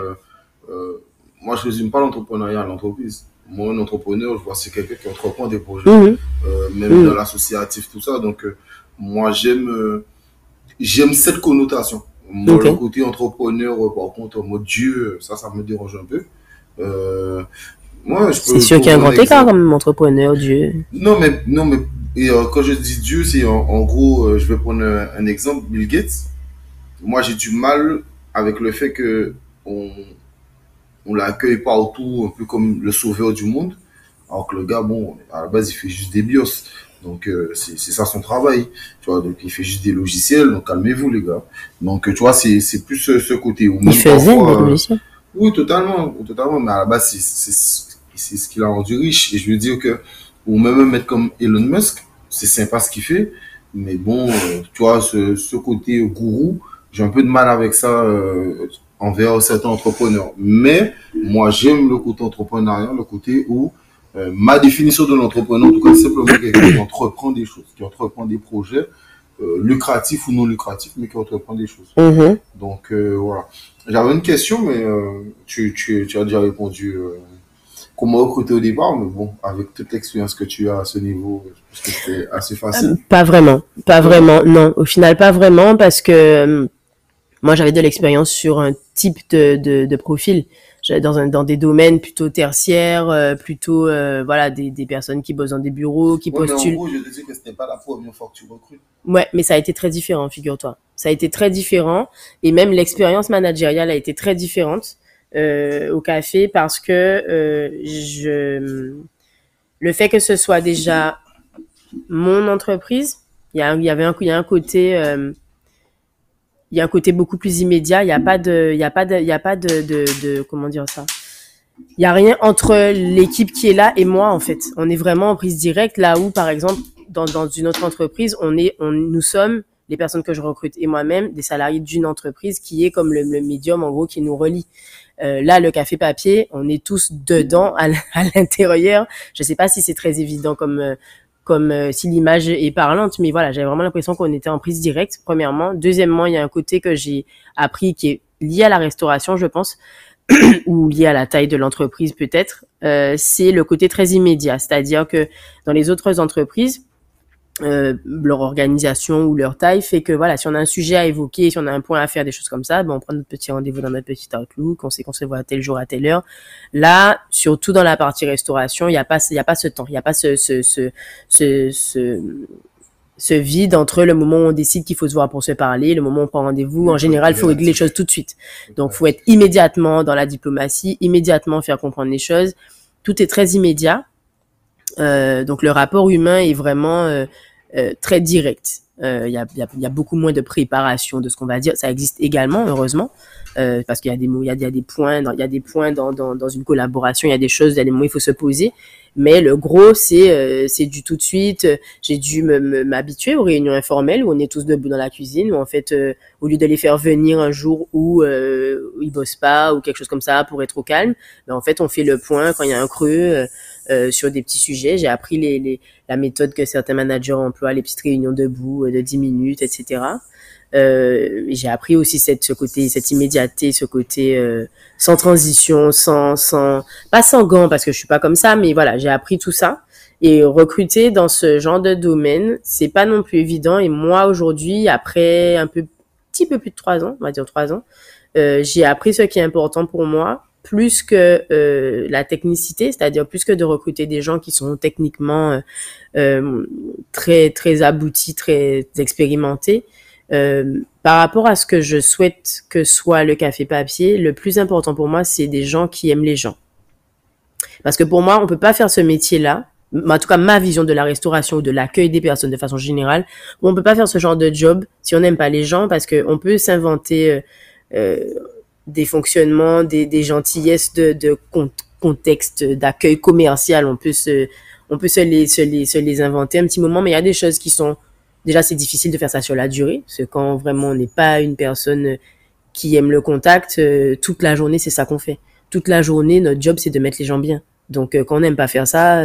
moi je résume pas l'entrepreneuriat à l'entreprise. Moi, un entrepreneur, je vois c'est quelqu'un qui entreprend des projets, même dans l'associatif, tout ça. Donc, moi, j'aime cette connotation. Moi, le côté entrepreneur, par contre, mode Dieu, ça me dérange un peu. C'est sûr qu'il y a un grand écart comme entrepreneur, Dieu. Non, mais quand je dis Dieu, c'est en gros, je vais prendre un exemple, Bill Gates. Moi, j'ai du mal avec le fait que on l'accueille partout, un peu comme le sauveur du monde. Alors que le gars, à la base, il fait juste des BIOS. Donc, c'est ça son travail. Tu vois, donc il fait juste des logiciels. Donc, calmez-vous, les gars. Donc, tu vois, c'est plus ce côté. Il faisait des logiciels? Oui, totalement. Mais à la base, c'est ce qui l'a rendu riche. Et je veux dire que, ou même un mec comme Elon Musk, c'est sympa ce qu'il fait. Mais bon, tu vois, ce côté gourou, j'ai un peu de mal avec ça, envers certains entrepreneurs. Mais moi, j'aime le côté entrepreneurial, le côté où ma définition de l'entrepreneur, en tout cas, c'est simplement quelqu'un qui entreprend des choses, qui entreprend des projets lucratif ou non lucratif, mais qui entreprend des choses. Mhm. Donc voilà. J'avais une question, mais tu as déjà répondu. Comment recruter au départ, mais bon, avec toute l'expérience que tu as à ce niveau, je pense que c'était assez facile. Pas vraiment, pas Ouais. vraiment, non. Au final, pas vraiment parce que moi, j'avais de l'expérience sur un type de profil. J'allais dans des domaines plutôt tertiaires, plutôt voilà des personnes qui bossent dans des bureaux, qui Ouais, mais en postulent. gros, je te dis que ce n'est pas la première fois que tu recrutes. Ouais, mais ça a été très différent, figure-toi. Ça a été très différent et même l'expérience managériale a été très différente au café parce que le fait que ce soit déjà mon entreprise, il y a un côté il y a un côté beaucoup plus immédiat. Il y a pas de comment dire ça. Il y a rien entre l'équipe qui est là et moi en fait. On est vraiment en prise directe là où par exemple dans une autre entreprise, nous sommes les personnes que je recrute et moi-même des salariés d'une entreprise qui est comme le médium en gros qui nous relie. Là, le café papier, on est tous dedans à l'intérieur. Je sais pas si c'est très évident comme si l'image est parlante, mais voilà, j'avais vraiment l'impression qu'on était en prise directe, premièrement. Deuxièmement, il y a un côté que j'ai appris qui est lié à la restauration, je pense, ou lié à la taille de l'entreprise peut-être, c'est le côté très immédiat. C'est-à-dire que dans les autres entreprises, leur organisation ou leur taille fait que voilà, si on a un sujet à évoquer, si on a un point à faire, des choses comme ça, ben on prend notre petit rendez-vous dans notre petit Outlook, on sait qu'on se voit à tel jour, à telle heure. Là, surtout dans la partie restauration, il y a pas ce temps, il y a pas ce vide entre le moment où on décide qu'il faut se voir pour se parler, le moment où on prend rendez-vous. En général, il faut régler les choses tout de suite. Donc, faut être immédiatement dans la diplomatie, immédiatement faire comprendre les choses. Tout est très immédiat. Donc, le rapport humain est vraiment très direct. Il y a beaucoup moins de préparation de ce qu'on va dire. Ça existe également, heureusement, parce qu'il y a des mots, il y a des points, il y a des points dans une collaboration, il y a des choses, il y a des moments où il faut se poser. Mais le gros, c'est du tout de suite. J'ai dû m'habituer aux réunions informelles où on est tous debout dans la cuisine, où en fait, au lieu de les faire venir un jour où ils bossent pas ou quelque chose comme ça pour être au calme, ben en fait, on fait le point quand il y a un creux sur des petits sujets. J'ai appris la méthode que certains managers emploient, les petites réunions debout de 10 minutes, etc. J'ai appris aussi cette immédiateté, ce côté sans transition, pas sans gants parce que je suis pas comme ça, mais voilà, j'ai appris tout ça. Et recruter dans ce genre de domaine, c'est pas non plus évident. Et moi aujourd'hui, après petit peu plus de 3 ans, on va dire 3 ans, j'ai appris ce qui est important pour moi, plus que la technicité, c'est-à-dire plus que de recruter des gens qui sont techniquement très très aboutis, très expérimentés. Par rapport à ce que je souhaite que soit le café papier, le plus important pour moi, c'est des gens qui aiment les gens. Parce que pour moi, on peut pas faire ce métier-là, en tout cas ma vision de la restauration ou de l'accueil des personnes de façon générale, on peut pas faire ce genre de job si on n'aime pas les gens, parce que on peut s'inventer des fonctionnements, des gentillesses de contexte d'accueil commercial, on peut se les inventer un petit moment, mais il y a des choses qui sont déjà, c'est difficile de faire ça sur la durée, parce que quand vraiment on n'est pas une personne qui aime le contact, toute la journée, c'est ça qu'on fait. Toute la journée, notre job, c'est de mettre les gens bien. Donc, quand on n'aime pas faire ça,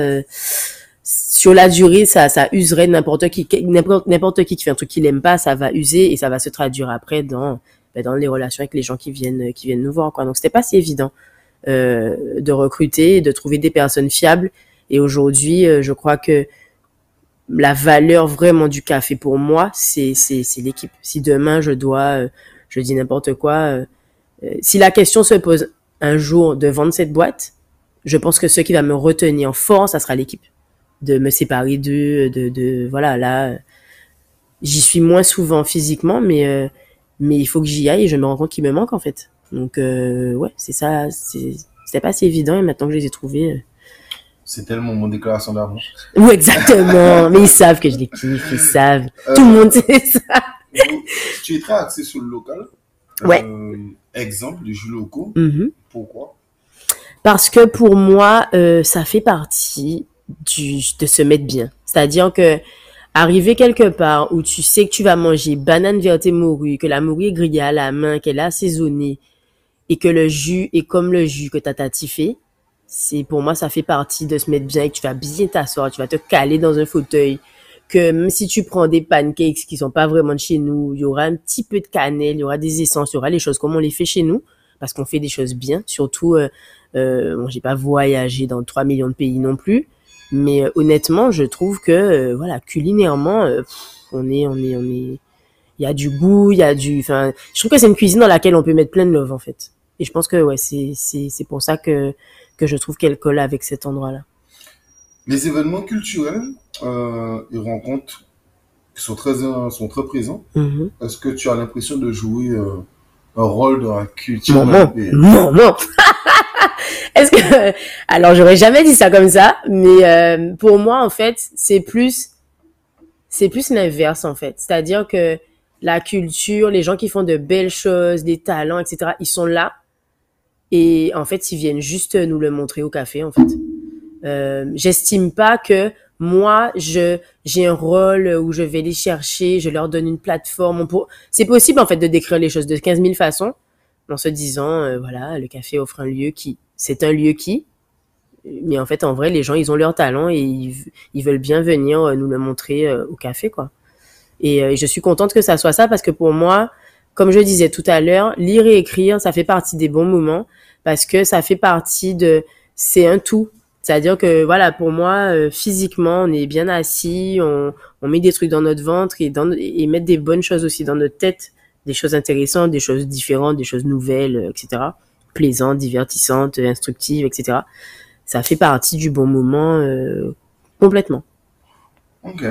sur la durée, ça userait n'importe qui fait un truc qu'il aime pas, ça va user et ça va se traduire après dans les relations avec les gens qui viennent nous voir, quoi. Donc, c'était pas si évident de recruter, de trouver des personnes fiables. Et aujourd'hui, je crois que la valeur vraiment du café pour moi, c'est l'équipe. Si demain je dis n'importe quoi, si la question se pose un jour de vendre cette boîte, je pense que ce qui va me retenir fort, ça sera l'équipe. De me séparer d'eux, voilà, là, j'y suis moins souvent physiquement, mais il faut que j'y aille et je me rends compte qu'il me manque en fait. Donc ouais, c'est ça, c'était pas si évident et maintenant que je les ai trouvés. C'est tellement mon déclaration d'amour. Oui, exactement. Mais ils savent que je les kiffe, ils savent. Tout le monde sait ça. Tu es très axé sur le local. Ouais. Exemple, les jeux locaux. Mm-hmm. Pourquoi? Parce que pour moi, ça fait partie de se mettre bien. C'est-à-dire que arriver quelque part où tu sais que tu vas manger banane verte et morue, que la morue est grillée à la main, qu'elle est assaisonnée et que le jus est comme le jus que ta tati fait, pour moi, ça fait partie de se mettre bien et que tu vas bien t'asseoir, tu vas te caler dans un fauteuil, que même si tu prends des pancakes qui sont pas vraiment de chez nous, il y aura un petit peu de cannelle, il y aura des essences, il y aura les choses comme on les fait chez nous, parce qu'on fait des choses bien. Surtout, bon, j'ai pas voyagé dans 3 millions de pays non plus, mais honnêtement, je trouve que voilà, culinairement, il y a du goût, enfin, je trouve que c'est une cuisine dans laquelle on peut mettre plein de love en fait. Et je pense que ouais, c'est pour ça que je trouve qu'elle colle avec cet endroit-là. Les événements culturels et rencontres qui sont très présents. Mm-hmm. Est-ce que tu as l'impression de jouer un rôle dans la culture Non. Est-ce que alors j'aurais jamais dit ça comme ça, mais pour moi en fait c'est plus l'inverse en fait. C'est-à-dire que la culture, les gens qui font de belles choses, des talents, etc. Ils sont là et en fait ils viennent juste nous le montrer au café en fait. J'estime pas que moi j'ai un rôle où je vais les chercher, je leur donne une plateforme. C'est possible en fait de décrire les choses de 15 000 façons en se disant voilà, le café offre un lieu c'est un lieu mais en fait en vrai les gens ils ont leur talent et ils veulent bien venir nous le montrer au café quoi. Et je suis contente que ça soit ça parce que pour moi, comme je disais tout à l'heure, lire et écrire, ça fait partie des bons moments parce que ça fait partie c'est un tout. C'est-à-dire que voilà, pour moi, physiquement, on est bien assis, on met des trucs dans notre ventre et mettre des bonnes choses aussi dans notre tête, des choses intéressantes, des choses différentes, des choses nouvelles, etc. Plaisantes, divertissantes, instructives, etc. Ça fait partie du bon moment complètement. Ok.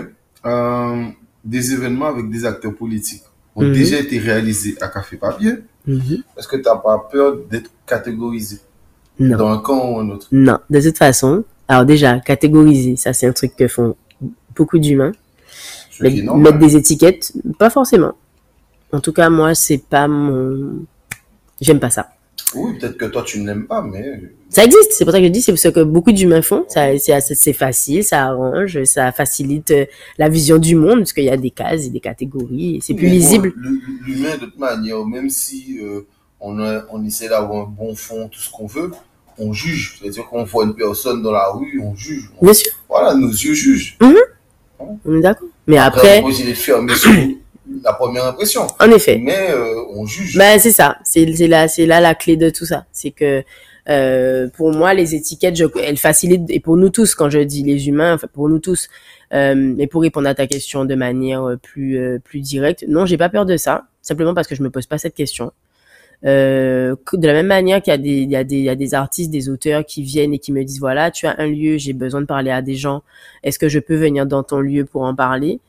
Des événements avec des acteurs politiques ont déjà été réalisés à Café Papier. Est-ce que tu n'as pas peur d'être catégorisé dans un camp ou un autre? Non, de toute façon, alors déjà, catégoriser, ça c'est un truc que font beaucoup d'humains. Mettre des étiquettes, pas forcément. En tout cas, moi, c'est pas j'aime pas ça. Oui, peut-être que toi tu n'aimes pas, mais ça existe. C'est pour ça que je dis, c'est ce que beaucoup d'humains font. C'est facile, ça arrange, ça facilite la vision du monde parce qu'il y a des cases et des catégories. Et c'est plus lisible. L'humain, de toute manière, même si on essaie d'avoir un bon fond, tout ce qu'on veut, on juge. C'est-à-dire qu'on voit une personne dans la rue, on juge. Bien sûr. Voilà, nos yeux jugent. On est d'accord. Mais après, moi, j'ai fermé sur la première impression. En effet. Mais on juge. Ben c'est ça. C'est là la clé de tout ça. C'est que pour moi, les étiquettes, elles facilitent, et pour nous tous, quand je dis les humains, enfin pour nous tous, mais pour répondre à ta question de manière plus directe, non, j'ai pas peur de ça, simplement parce que je me pose pas cette question. De la même manière qu'il y a des artistes, des auteurs qui viennent et qui me disent voilà, tu as un lieu, j'ai besoin de parler à des gens, est-ce que je peux venir dans ton lieu pour en parler?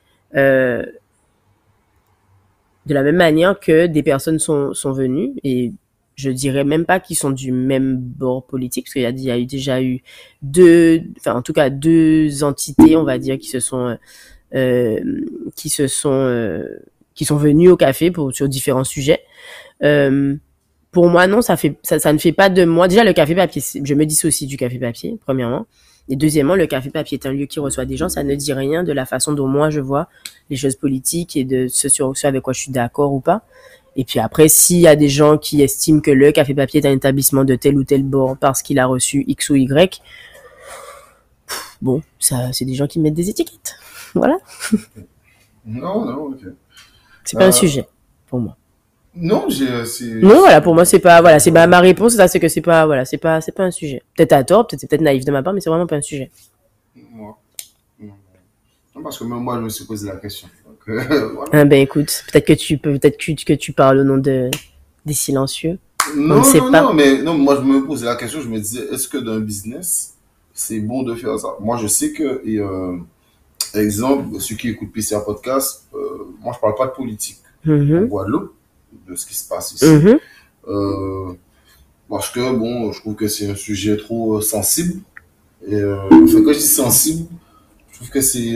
De la même manière que des personnes sont venues, et je dirais même pas qu'ils sont du même bord politique, parce qu'il y a déjà eu deux entités, on va dire, qui sont venues au café sur différents sujets. Pour moi, non, ça ne fait pas de moi. Déjà, le café papier, je me dissocie du café papier, premièrement. Et deuxièmement, le café papier est un lieu qui reçoit des gens. Ça ne dit rien de la façon dont moi je vois les choses politiques et de ce avec quoi je suis d'accord ou pas. Et puis après, s'il y a des gens qui estiment que le café papier est un établissement de tel ou tel bord parce qu'il a reçu X ou Y, bon, ça, c'est des gens qui mettent des étiquettes. Voilà. Non, ok. C'est pas un sujet pour moi. Non, voilà, pour moi, c'est pas, voilà, c'est ma réponse, c'est que c'est pas, voilà, c'est pas un sujet. Peut-être à tort, c'est peut-être naïf de ma part, mais c'est vraiment pas un sujet. Moi. Non, parce que même moi, je me suis posé la question. Donc, voilà. Ben, écoute, peut-être que tu parles au nom des silencieux. Non, mais moi, je me posais la question, je me disais, est-ce que dans un business, c'est bon de faire ça? Moi, je sais que, exemple, ceux qui écoutent PCA Podcast, moi, je parle pas de politique. En Guadeloupe, de ce qui se passe ici. Parce que, bon, je trouve que c'est un sujet trop sensible. Et quand je dis sensible, je trouve que c'est...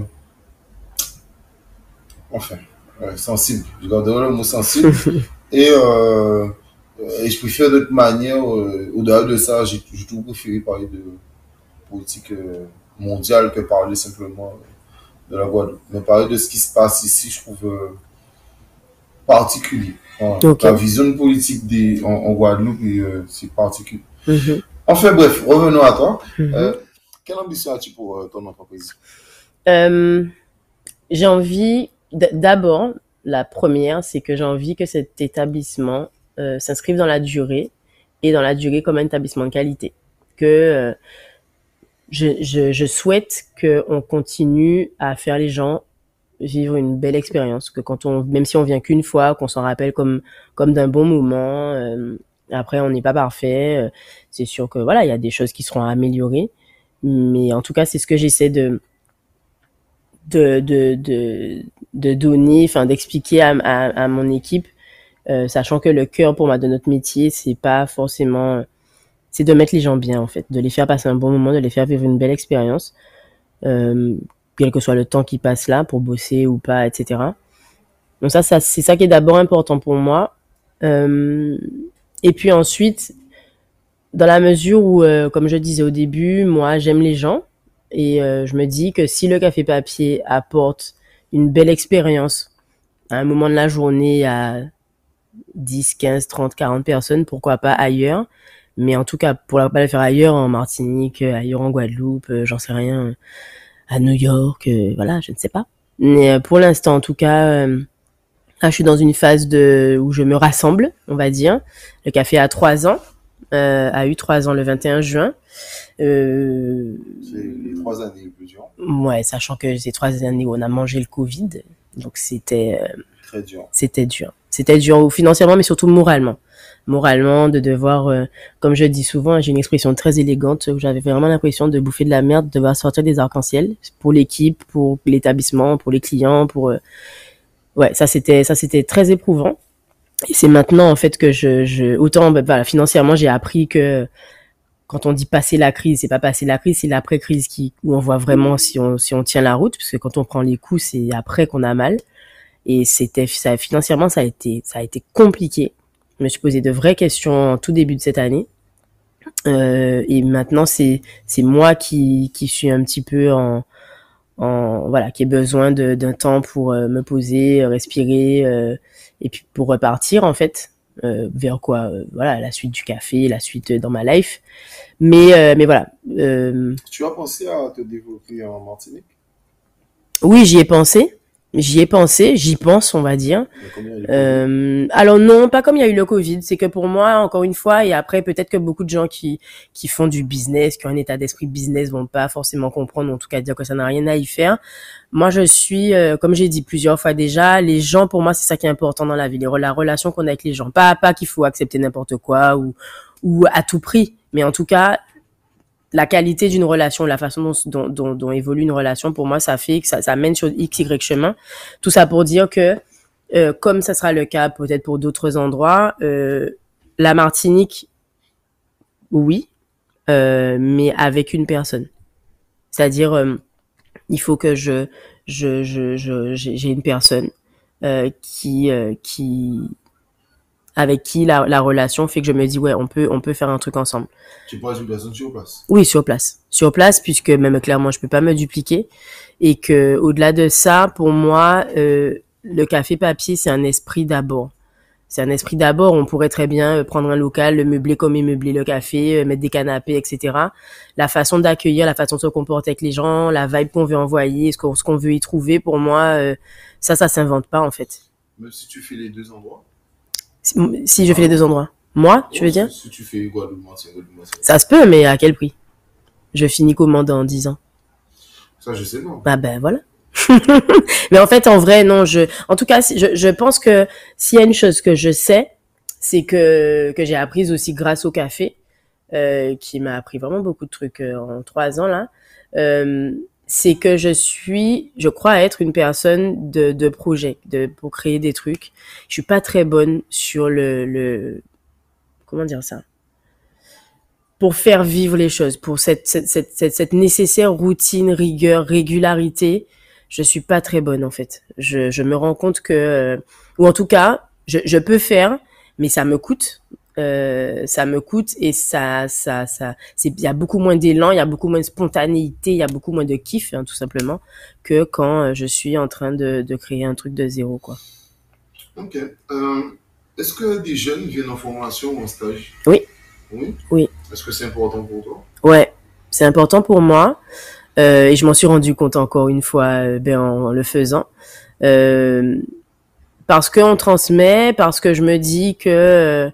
sensible. Je garderai le mot sensible. et je préfère d'autres manières, au-delà de ça, j'ai toujours préféré parler de politique mondiale que parler simplement de la Guadeloupe. Mais parler de ce qui se passe ici, je trouve particulier. Okay. La vision politique en Guadeloupe, c'est particulier. Enfin bref, revenons à toi. Quelle ambition as-tu pour ton entreprise? j'ai envie, d'abord, la première, c'est que j'ai envie que cet établissement s'inscrive dans la durée et dans la durée comme un établissement de qualité. Que je souhaite qu'on continue à faire les gens vivre une belle expérience, que même si on vient qu'une fois, qu'on s'en rappelle comme d'un bon moment. Après, on n'est pas parfait. C'est sûr que voilà, il y a des choses qui seront améliorées, mais en tout cas, c'est ce que j'essaie de donner, enfin d'expliquer à mon équipe, sachant que le cœur pour moi de notre métier, c'est pas forcément, c'est de mettre les gens bien en fait, de les faire passer un bon moment, de les faire vivre une belle expérience, quel que soit le temps qu'ils passent là pour bosser ou pas, etc. Donc ça c'est ça qui est d'abord important pour moi. Et puis ensuite, dans la mesure où, comme je disais au début, moi j'aime les gens. Et je me dis que si le café papier apporte une belle expérience à un moment de la journée à 10, 15, 30, 40 personnes, pourquoi pas ailleurs. Mais en tout cas, pourquoi pas le faire ailleurs, en Martinique, ailleurs en Guadeloupe, j'en sais rien, à New York, voilà, je ne sais pas. Mais pour l'instant, en tout cas, là, je suis dans une phase où je me rassemble, on va dire. Le café a 3 ans. A eu 3 ans le 21 juin. C'est les 3 années les plus dures. Ouais, sachant que c'est 3 années où on a mangé le Covid, donc c'était très dur. C'était dur financièrement, mais surtout moralement. Moralement, de devoir, comme je dis souvent, j'ai une expression très élégante où j'avais vraiment l'impression de bouffer de la merde, de devoir sortir des arcs-en-ciel pour l'équipe, pour l'établissement, pour les clients, ouais, ça c'était très éprouvant. Et c'est maintenant en fait que autant voilà, financièrement j'ai appris que quand on dit passer la crise, c'est pas passer la crise, c'est l'après-crise où on voit vraiment si on tient la route, parce que quand on prend les coups, c'est après qu'on a mal. Et financièrement ça a été compliqué. Je me suis posé de vraies questions en tout début de cette année. Et maintenant c'est moi qui suis un petit peu voilà, qui ai besoin d'un temps pour me poser, respirer, et puis pour repartir en fait vers quoi, voilà, la suite du café, la suite dans ma life. Mais voilà. Tu as pensé à te développer en Martinique? Oui, j'y pense, on va dire. Alors non, pas comme il y a eu le Covid. C'est que pour moi, encore une fois, et après peut-être que beaucoup de gens qui font du business, qui ont un état d'esprit business, vont pas forcément comprendre, ou en tout cas dire que ça n'a rien à y faire. Moi, je suis, comme j'ai dit plusieurs fois déjà, les gens, pour moi, c'est ça qui est important dans la vie, la relation qu'on a avec les gens. Pas qu'il faut accepter n'importe quoi ou à tout prix, mais en tout cas, la qualité d'une relation, la façon dont évolue une relation, pour moi, ça fait que ça mène sur X, Y chemin. Tout ça pour dire que, comme ça sera le cas peut-être pour d'autres endroits, la Martinique, oui, mais avec une personne. C'est-à-dire, il faut que j'ai une personne qui avec qui la relation fait que je me dis ouais, on peut faire un truc ensemble. Tu parles d'une personne sur place? Oui, sur place, puisque même clairement je peux pas me dupliquer, et que au-delà de ça, pour moi, le café papier c'est un esprit d'abord. On pourrait très bien prendre un local, le meubler comme il meubler le café, mettre des canapés, etc. La façon d'accueillir, la façon de se comporter avec les gens, la vibe qu'on veut envoyer, ce qu'on veut y trouver, pour moi, ça s'invente pas en fait. Même si tu fais les deux endroits? Si je fais les deux endroits. Moi, tu veux dire? Si tu fais Guadeloupe, ça se peut, mais à quel prix? Je finis comment dans 10 ans? Ça, je sais pas. Ah ben voilà. Mais en fait, en vrai, non. En tout cas, je pense que s'il y a une chose que je sais, c'est que j'ai apprise aussi grâce au café, qui m'a appris vraiment beaucoup de trucs en 3 ans là. C'est que je crois être une personne de projet, pour créer des trucs. Je suis pas très bonne sur comment dire ça? Pour faire vivre les choses, pour cette nécessaire routine, rigueur, régularité, je suis pas très bonne en fait. Je me rends compte que, ou en tout cas, je peux faire, mais ça me coûte. Et il y a beaucoup moins d'élan, il y a beaucoup moins de spontanéité, il y a beaucoup moins de kiff, hein, tout simplement, que quand je suis en train de créer un truc de zéro, quoi. Ok. Est-ce que des jeunes viennent en formation ou en stage? Oui. Oui. Oui. Est-ce que c'est important pour toi? Ouais, c'est important pour moi. Et je m'en suis rendu compte encore une fois en le faisant. Parce qu'on transmet, parce que je me dis que...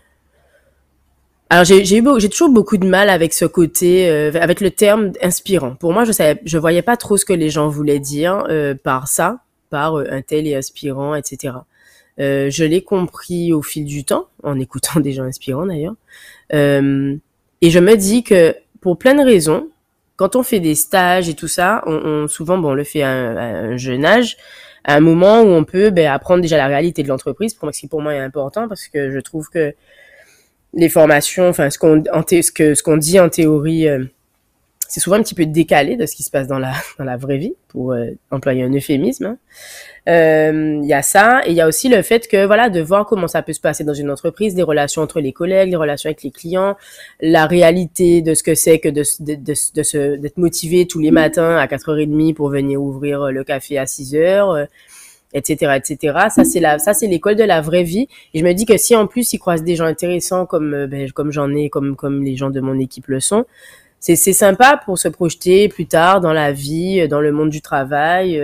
alors j'ai toujours beaucoup de mal avec ce côté, avec le terme inspirant. Pour moi, je voyais pas trop ce que les gens voulaient dire par ça, par un tel est inspirant, etc. Je l'ai compris au fil du temps, en écoutant des gens inspirants d'ailleurs. Et je me dis que pour plein de raisons, quand on fait des stages et tout ça, souvent on le fait à un jeune âge, à un moment où on peut apprendre déjà la réalité de l'entreprise, ce qui pour moi est important, parce que je trouve que les formations, enfin ce qu'on dit en théorie, c'est souvent un petit peu décalé de ce qui se passe dans la vraie vie, pour employer un euphémisme. Hein. Il y a ça, et il y a aussi le fait que de voir comment ça peut se passer dans une entreprise, les relations entre les collègues, les relations avec les clients, la réalité de ce que c'est que d'être motivé tous les matins à 4h30 pour venir ouvrir le café à 6h, etc., etc. Ça c'est l'école de la vraie vie. Et je me dis que si en plus ils croisent des gens intéressants comme j'en ai, comme les gens de mon équipe le sont, c'est sympa pour se projeter plus tard dans la vie, dans le monde du travail.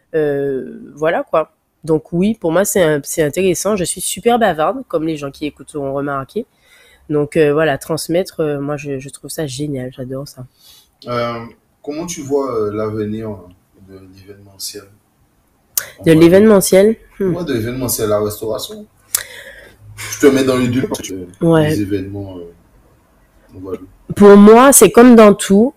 Voilà quoi. Donc oui, pour moi c'est intéressant. Je suis super bavarde, comme les gens qui écoutent ont remarqué. Donc transmettre, moi je trouve ça génial, j'adore ça. Comment tu vois l'avenir de l'événementiel? De l'événementiel Moi, de l'événementiel, la restauration. Je te mets dans les deux les événements en Guadeloupe. Pour moi, c'est comme dans tout.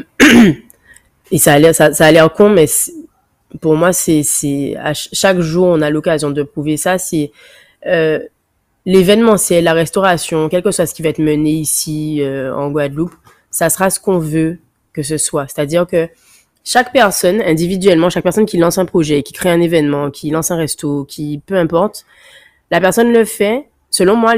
Et ça a l'air con, mais pour moi, chaque jour, on a l'occasion de prouver ça. C'est l'événementiel, la restauration, quel que soit ce qui va être mené ici en Guadeloupe, ça sera ce qu'on veut que ce soit. C'est-à-dire que chaque personne, individuellement, chaque personne qui lance un projet, qui crée un événement, qui lance un resto, qui peu importe, la personne le fait. Selon moi,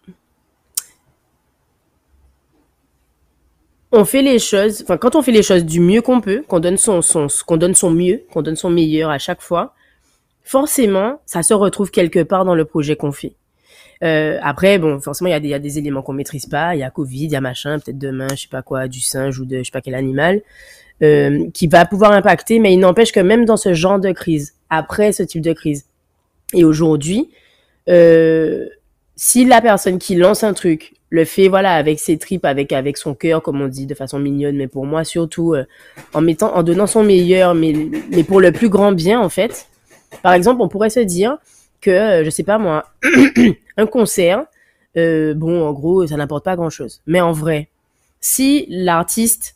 on fait les choses, quand on fait les choses du mieux qu'on peut, qu'on donne son mieux, qu'on donne son meilleur à chaque fois, forcément, ça se retrouve quelque part dans le projet qu'on fait. Après, forcément, il y a des éléments qu'on maîtrise pas. Il y a Covid, il y a machin, peut-être demain, je sais pas quoi, du singe ou de je sais pas quel animal, qui va pouvoir impacter. Mais il n'empêche que même dans ce genre de crise, après ce type de crise, et aujourd'hui, si la personne qui lance un truc le fait avec ses tripes, avec son cœur, comme on dit, de façon mignonne, mais pour moi surtout en donnant son meilleur, mais pour le plus grand bien en fait. Par exemple, on pourrait se dire que je sais pas moi, un concert, en gros ça n'apporte pas grand chose, mais en vrai, si l'artiste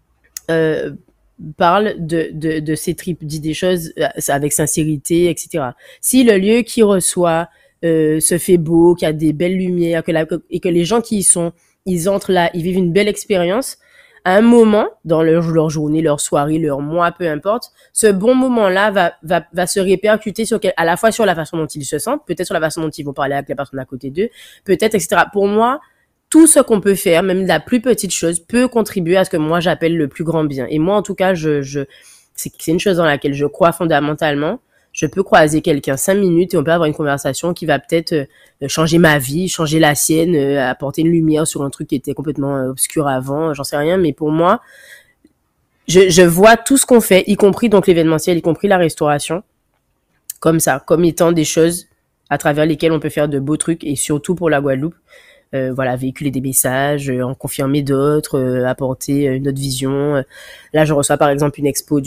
parle de ses tripes, dit des choses avec sincérité, etc. Si le lieu qui reçoit se fait beau, qu'il y a des belles lumières, et que les gens qui y sont, ils entrent là, ils vivent une belle expérience, à un moment, dans leur journée, leur soirée, leur mois, peu importe, ce bon moment-là va se répercuter à la fois sur la façon dont ils se sentent, peut-être sur la façon dont ils vont parler avec la personne à côté d'eux, peut-être, etc. Pour moi, tout ce qu'on peut faire, même la plus petite chose, peut contribuer à ce que moi j'appelle le plus grand bien. Et moi, en tout cas, c'est une chose dans laquelle je crois fondamentalement. Je peux croiser quelqu'un 5 minutes et on peut avoir une conversation qui va peut-être changer ma vie, changer la sienne, apporter une lumière sur un truc qui était complètement obscur avant, j'en sais rien. Mais pour moi, je vois tout ce qu'on fait, y compris donc l'événementiel, y compris la restauration, comme ça, comme étant des choses à travers lesquelles on peut faire de beaux trucs, et surtout pour la Guadeloupe, véhiculer des messages, en confirmer d'autres, apporter une autre vision. Là, je reçois par exemple une expo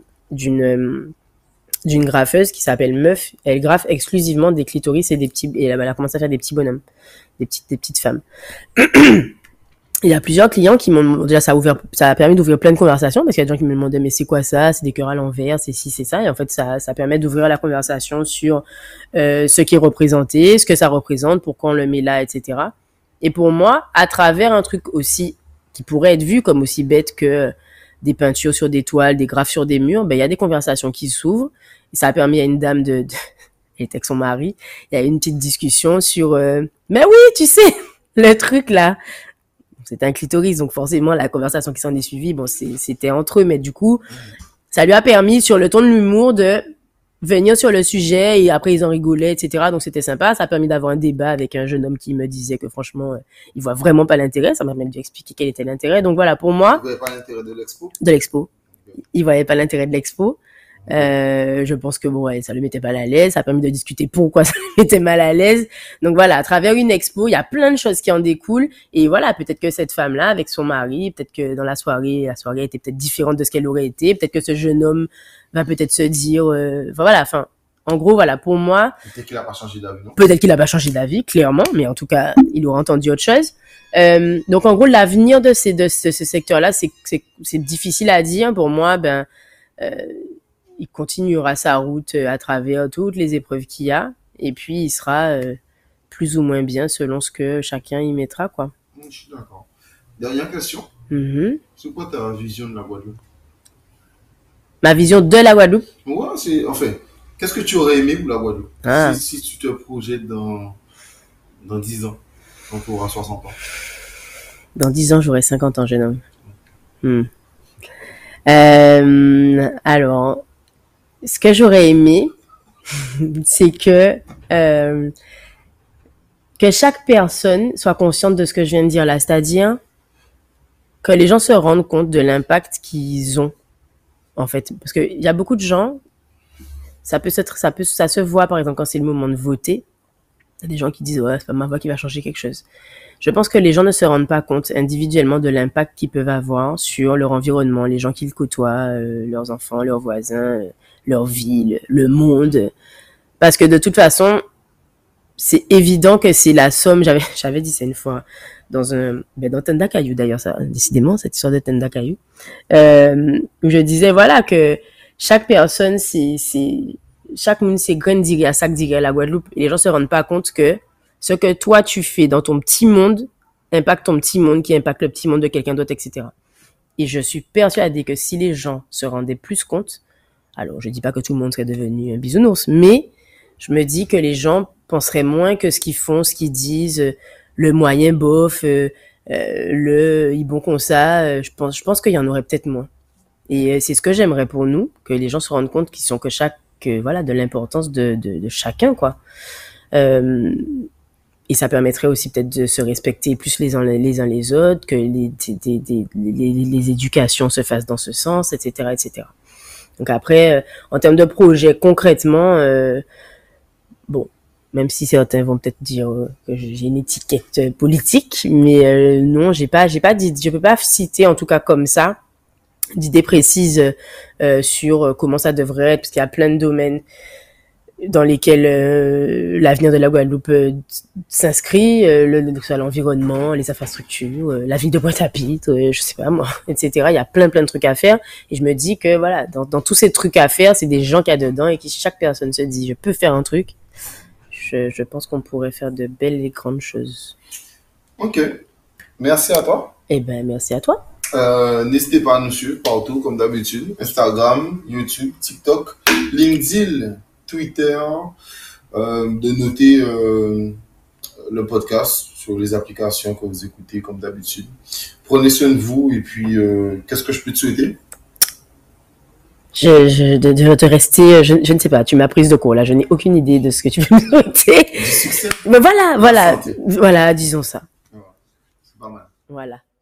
d'une graffeuse qui s'appelle Meuf. Elle graffe exclusivement des clitoris et elle a commencé à faire des petits bonhommes, des petites femmes. Il y a plusieurs clients qui m'ont, déjà ça a permis d'ouvrir plein de conversations, parce qu'il y a des gens qui me demandaient mais c'est quoi ça, c'est des cœurs à l'envers, c'est ci, c'est ça, et en fait ça permet d'ouvrir la conversation sur ce qui est représenté, ce que ça représente, pourquoi on le met là, etc. Et pour moi, à travers un truc aussi qui pourrait être vu comme aussi bête que des peintures sur des toiles, des graphes sur des murs, il y a des conversations qui s'ouvrent. Et ça a permis à une dame elle était avec son mari, il y a eu une petite discussion sur mais oui, tu sais, le truc là, c'était un clitoris, donc forcément la conversation qui s'en est suivie, c'était entre eux, mais du coup, ça lui a permis sur le ton de l'humour de venir sur le sujet et après ils en rigolaient, etc. Donc c'était sympa. Ça a permis d'avoir un débat avec un jeune homme qui me disait que franchement, il voit vraiment pas l'intérêt. Ça m'a permis de lui expliquer quel était l'intérêt. Donc voilà, pour moi. Vous voyez pas l'intérêt de l'expo? De l'expo. Il voyait pas l'intérêt de l'expo. Je pense que bon, ouais, ça lui mettait mal à l'aise. Ça a permis de discuter pourquoi ça lui mettait mal à l'aise. Donc voilà, à travers une expo, il y a plein de choses qui en découlent. Et voilà, peut-être que cette femme-là, avec son mari, peut-être que dans la soirée était peut-être différente de ce qu'elle aurait été. Peut-être que ce jeune homme va peut-être se dire, en gros, voilà, pour moi. Peut-être qu'il a pas changé d'avis, non? Peut-être qu'il a pas changé d'avis, clairement, mais en tout cas, il aura entendu autre chose. Donc en gros, l'avenir de ce secteur-là, c'est difficile à dire. Pour moi, il continuera sa route à travers toutes les épreuves qu'il y a, et puis il sera plus ou moins bien selon ce que chacun y mettra, quoi. Je suis d'accord. Dernière question. C'est quoi ta vision de la Guadeloupe? Ma vision de la Guadeloupe? Ouais, qu'est-ce que tu aurais aimé pour la Guadeloupe? Si tu te projettes dans 10 ans, quand tu auras 60 ans. Dans 10 ans, j'aurai 50 ans, jeune homme. Alors, ce que j'aurais aimé, c'est que chaque personne soit consciente de ce que je viens de dire là, c'est-à-dire que les gens se rendent compte de l'impact qu'ils ont, en fait. Parce qu'il y a beaucoup de gens, ça se voit, par exemple, quand c'est le moment de voter. Il y a des gens qui disent, ouais, c'est pas ma voix qui va changer quelque chose. Je pense que les gens ne se rendent pas compte individuellement de l'impact qu'ils peuvent avoir sur leur environnement, les gens qu'ils côtoient, leurs enfants, leurs voisins, leur ville, le monde. Parce que de toute façon, c'est évident que c'est la somme, j'avais dit ça une fois, dans Tenda Caillou d'ailleurs, ça, décidément, cette histoire de Tenda Caillou, où je disais, voilà, que chaque personne, chaque monde, c'est grain d'iré à sac d'iré à la Guadeloupe. Et les gens se rendent pas compte que ce que toi, tu fais dans ton petit monde impacte ton petit monde, qui impacte le petit monde de quelqu'un d'autre, etc. Et je suis persuadée que si les gens se rendaient plus compte, alors je dis pas que tout le monde serait devenu un bisounours, mais je me dis que les gens penseraient moins que ce qu'ils font, ce qu'ils disent, le moyen bof, ils bon comme ça, je pense qu'il y en aurait peut-être moins. Et c'est ce que j'aimerais pour nous, que les gens se rendent compte qu'ils sont de l'importance de chacun, quoi. Et ça permettrait aussi peut-être de se respecter plus les uns les autres, que les éducations se fassent dans ce sens, etc., etc. Donc après, en termes de projet, concrètement, même si certains vont peut-être dire que j'ai une étiquette politique, mais non, je peux pas citer en tout cas comme ça d'idées précises sur comment ça devrait être, parce qu'il y a plein de domaines dans lesquels l'avenir de la Guadeloupe s'inscrit, soit l'environnement, les infrastructures, la ville de Pointe-à-Pitre, je sais pas moi, etc. Il y a plein de trucs à faire, et je me dis que voilà, dans tous ces trucs à faire, c'est des gens qu'il y a dedans, et que chaque personne se dit je peux faire un truc. Je pense qu'on pourrait faire de belles et grandes choses. Ok, merci à toi. Merci à toi. N'hésitez pas à nous suivre partout comme d'habitude, Instagram, YouTube, TikTok, LinkedIn, Twitter, de noter le podcast sur les applications que vous écoutez comme d'habitude. Prenez soin de vous, et puis qu'est-ce que je peux te souhaiter? De te rester, je ne sais pas, tu m'as prise de court là, je n'ai aucune idée de ce que tu veux me souhaiter. Du succès. Mais voilà, disons ça. C'est pas mal. Voilà.